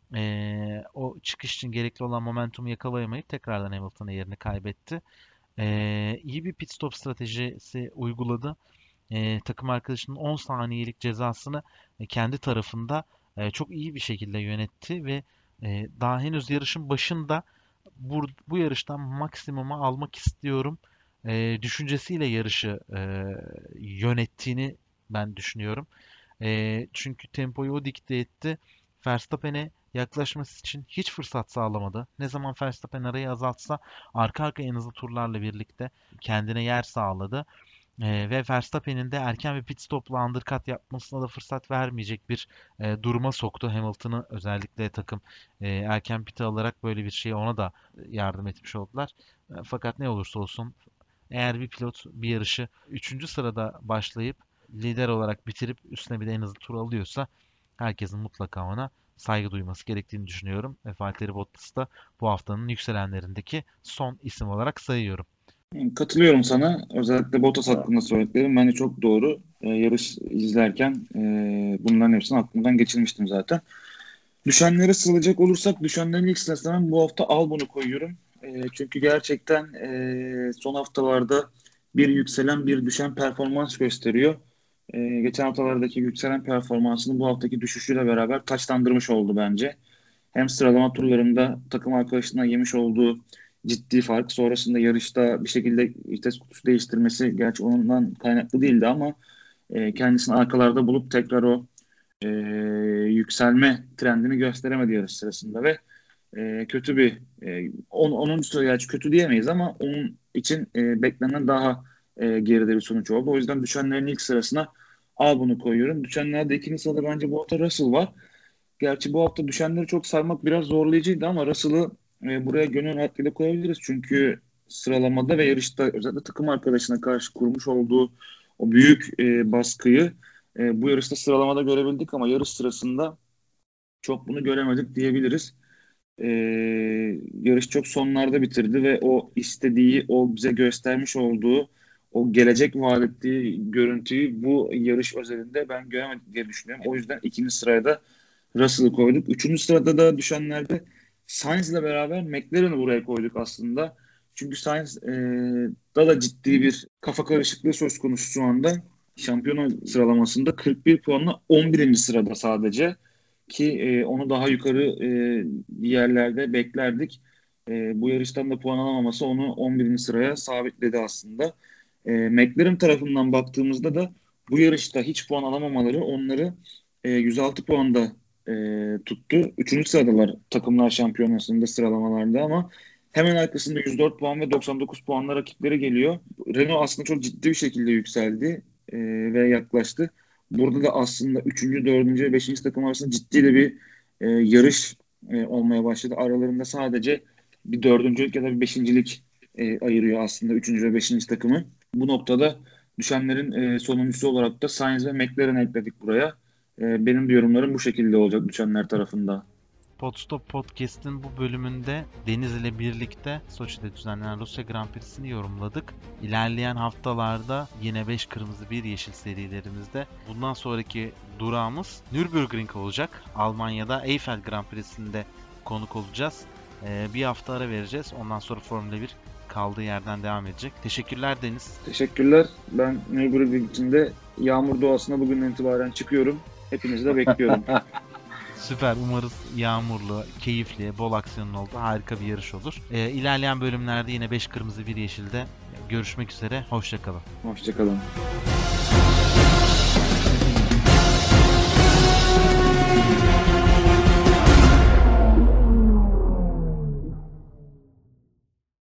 o çıkış için gerekli olan momentumu yakalayamayıp tekrardan Hamilton'a yerini kaybetti. İyi bir pit stop stratejisi uyguladı. Takım arkadaşının 10 saniyelik cezasını kendi tarafında çok iyi bir şekilde yönetti ve daha henüz yarışın başında bu yarıştan maksimuma almak istiyorum düşüncesiyle yarışı yönettiğini ben düşünüyorum. Çünkü tempoyu o dikte etti. Verstappen'e yaklaşması için hiç fırsat sağlamadı. Ne zaman Verstappen arayı azaltsa arka arka en hızlı turlarla birlikte kendine yer sağladı. Ve Verstappen'in de erken bir pit stopla undercut yapmasına da fırsat vermeyecek bir duruma soktu. Hamilton'ı özellikle takım erken pit alarak böyle bir şeye ona da yardım etmiş oldular. Fakat ne olursa olsun eğer bir pilot bir yarışı 3. sırada başlayıp lider olarak bitirip üstüne bir de en hızlı tur alıyorsa herkesin mutlaka ona saygı duyması gerektiğini düşünüyorum. Ve Valtteri Bottas'ı da bu haftanın yükselenlerindeki son isim olarak sayıyorum. Katılıyorum sana. Özellikle Bottas hakkında söylediklerim bence çok doğru. Yarış izlerken bunların hepsini aklımdan geçirmiştim zaten. Düşenlere sığılacak olursak düşenlerin ilk sırasına ben bu hafta Albon'u koyuyorum. Çünkü gerçekten son haftalarda bir yükselen bir düşen performans gösteriyor. Geçen haftalardaki yükselen performansını bu haftaki düşüşüyle beraber taçlandırmış oldu bence. Hem sıralama turlarında takım arkadaşından yemiş olduğu ciddi fark, sonrasında yarışta bir şekilde vites kutusu değiştirmesi gerçi ondan kaynaklı değildi ama kendisini arkalarda bulup tekrar o e, yükselme trendini gösteremedi yarış sırasında ve kötü bir 10. sıra, gerçi kötü diyemeyiz ama onun için beklenen daha geride bir sonuç oldu. O yüzden düşenlerin ilk sırasına Albon'u koyuyorum. Düşenlerde ikinci sırada bence bu hafta Russell var. Gerçi bu hafta düşenleri çok saymak biraz zorlayıcıydı ama Russell'ı buraya gönül rahatlığıyla koyabiliriz. Çünkü sıralamada ve yarışta özellikle takım arkadaşına karşı kurmuş olduğu o büyük baskıyı bu yarışta sıralamada görebildik ama yarış sırasında çok bunu göremedik diyebiliriz. E, Yarış çok sonlarda bitirdi ve o istediği, o bize göstermiş olduğu, o gelecek vaat ettiği görüntüyü bu yarış özelinde ben göremedim diye düşünüyorum. O yüzden ikinci sıraya da Russell'ı koyduk. Üçüncü sırada da düşenlerde Sainz'le beraber McLaren'ı buraya koyduk aslında. Çünkü Sainz da ciddi bir kafa karışıklığı söz konusu şu anda. Şampiyona sıralamasında 41 puanla 11. sırada sadece. Ki onu daha yukarı bir yerlerde beklerdik. Bu yarıştan da puan alamaması onu 11. sıraya sabitledi aslında. McLaren tarafından baktığımızda da bu yarışta hiç puan alamamaları onları 106 puanda tuttu. Üçüncü sıradalar takımlar şampiyonasında sıralamalarda ama hemen arkasında 104 puan ve 99 puanla rakipleri geliyor. Renault aslında çok ciddi bir şekilde yükseldi ve yaklaştı. Burada da aslında 3. 4. ve 5. takım arasında ciddi de bir yarış olmaya başladı. Aralarında sadece bir 4. ya da bir 5.'lik ayırıyor aslında 3. ve 5. takımı. Bu noktada düşenlerin sonuncusu olarak da Sainz ve McLaren ekledik buraya. Benim de yorumlarım bu şekilde olacak düşenler tarafında. Podstop Podcast'in bu bölümünde Deniz ile birlikte Soçi'de düzenlenen Rusya Grand Prix'sini yorumladık. İlerleyen haftalarda yine 5 kırmızı 1 yeşil serilerimizde bundan sonraki durağımız Nürburgring olacak. Almanya'da Eiffel Grand Prix'sinde konuk olacağız. Bir hafta ara vereceğiz. Ondan sonra Formula 1 kaldığı yerden devam edecek. Teşekkürler Deniz. Teşekkürler. Ben Nürburgring içinde yağmur doğasına bugünden itibaren çıkıyorum. Hepinizi de bekliyorum. Süper. Umarız yağmurlu, keyifli, bol aksiyonlu oldu. Harika bir yarış olur. İlerleyen bölümlerde yine 5 kırmızı 1 yeşilde görüşmek üzere. Hoşça kalın. Hoşça kalın.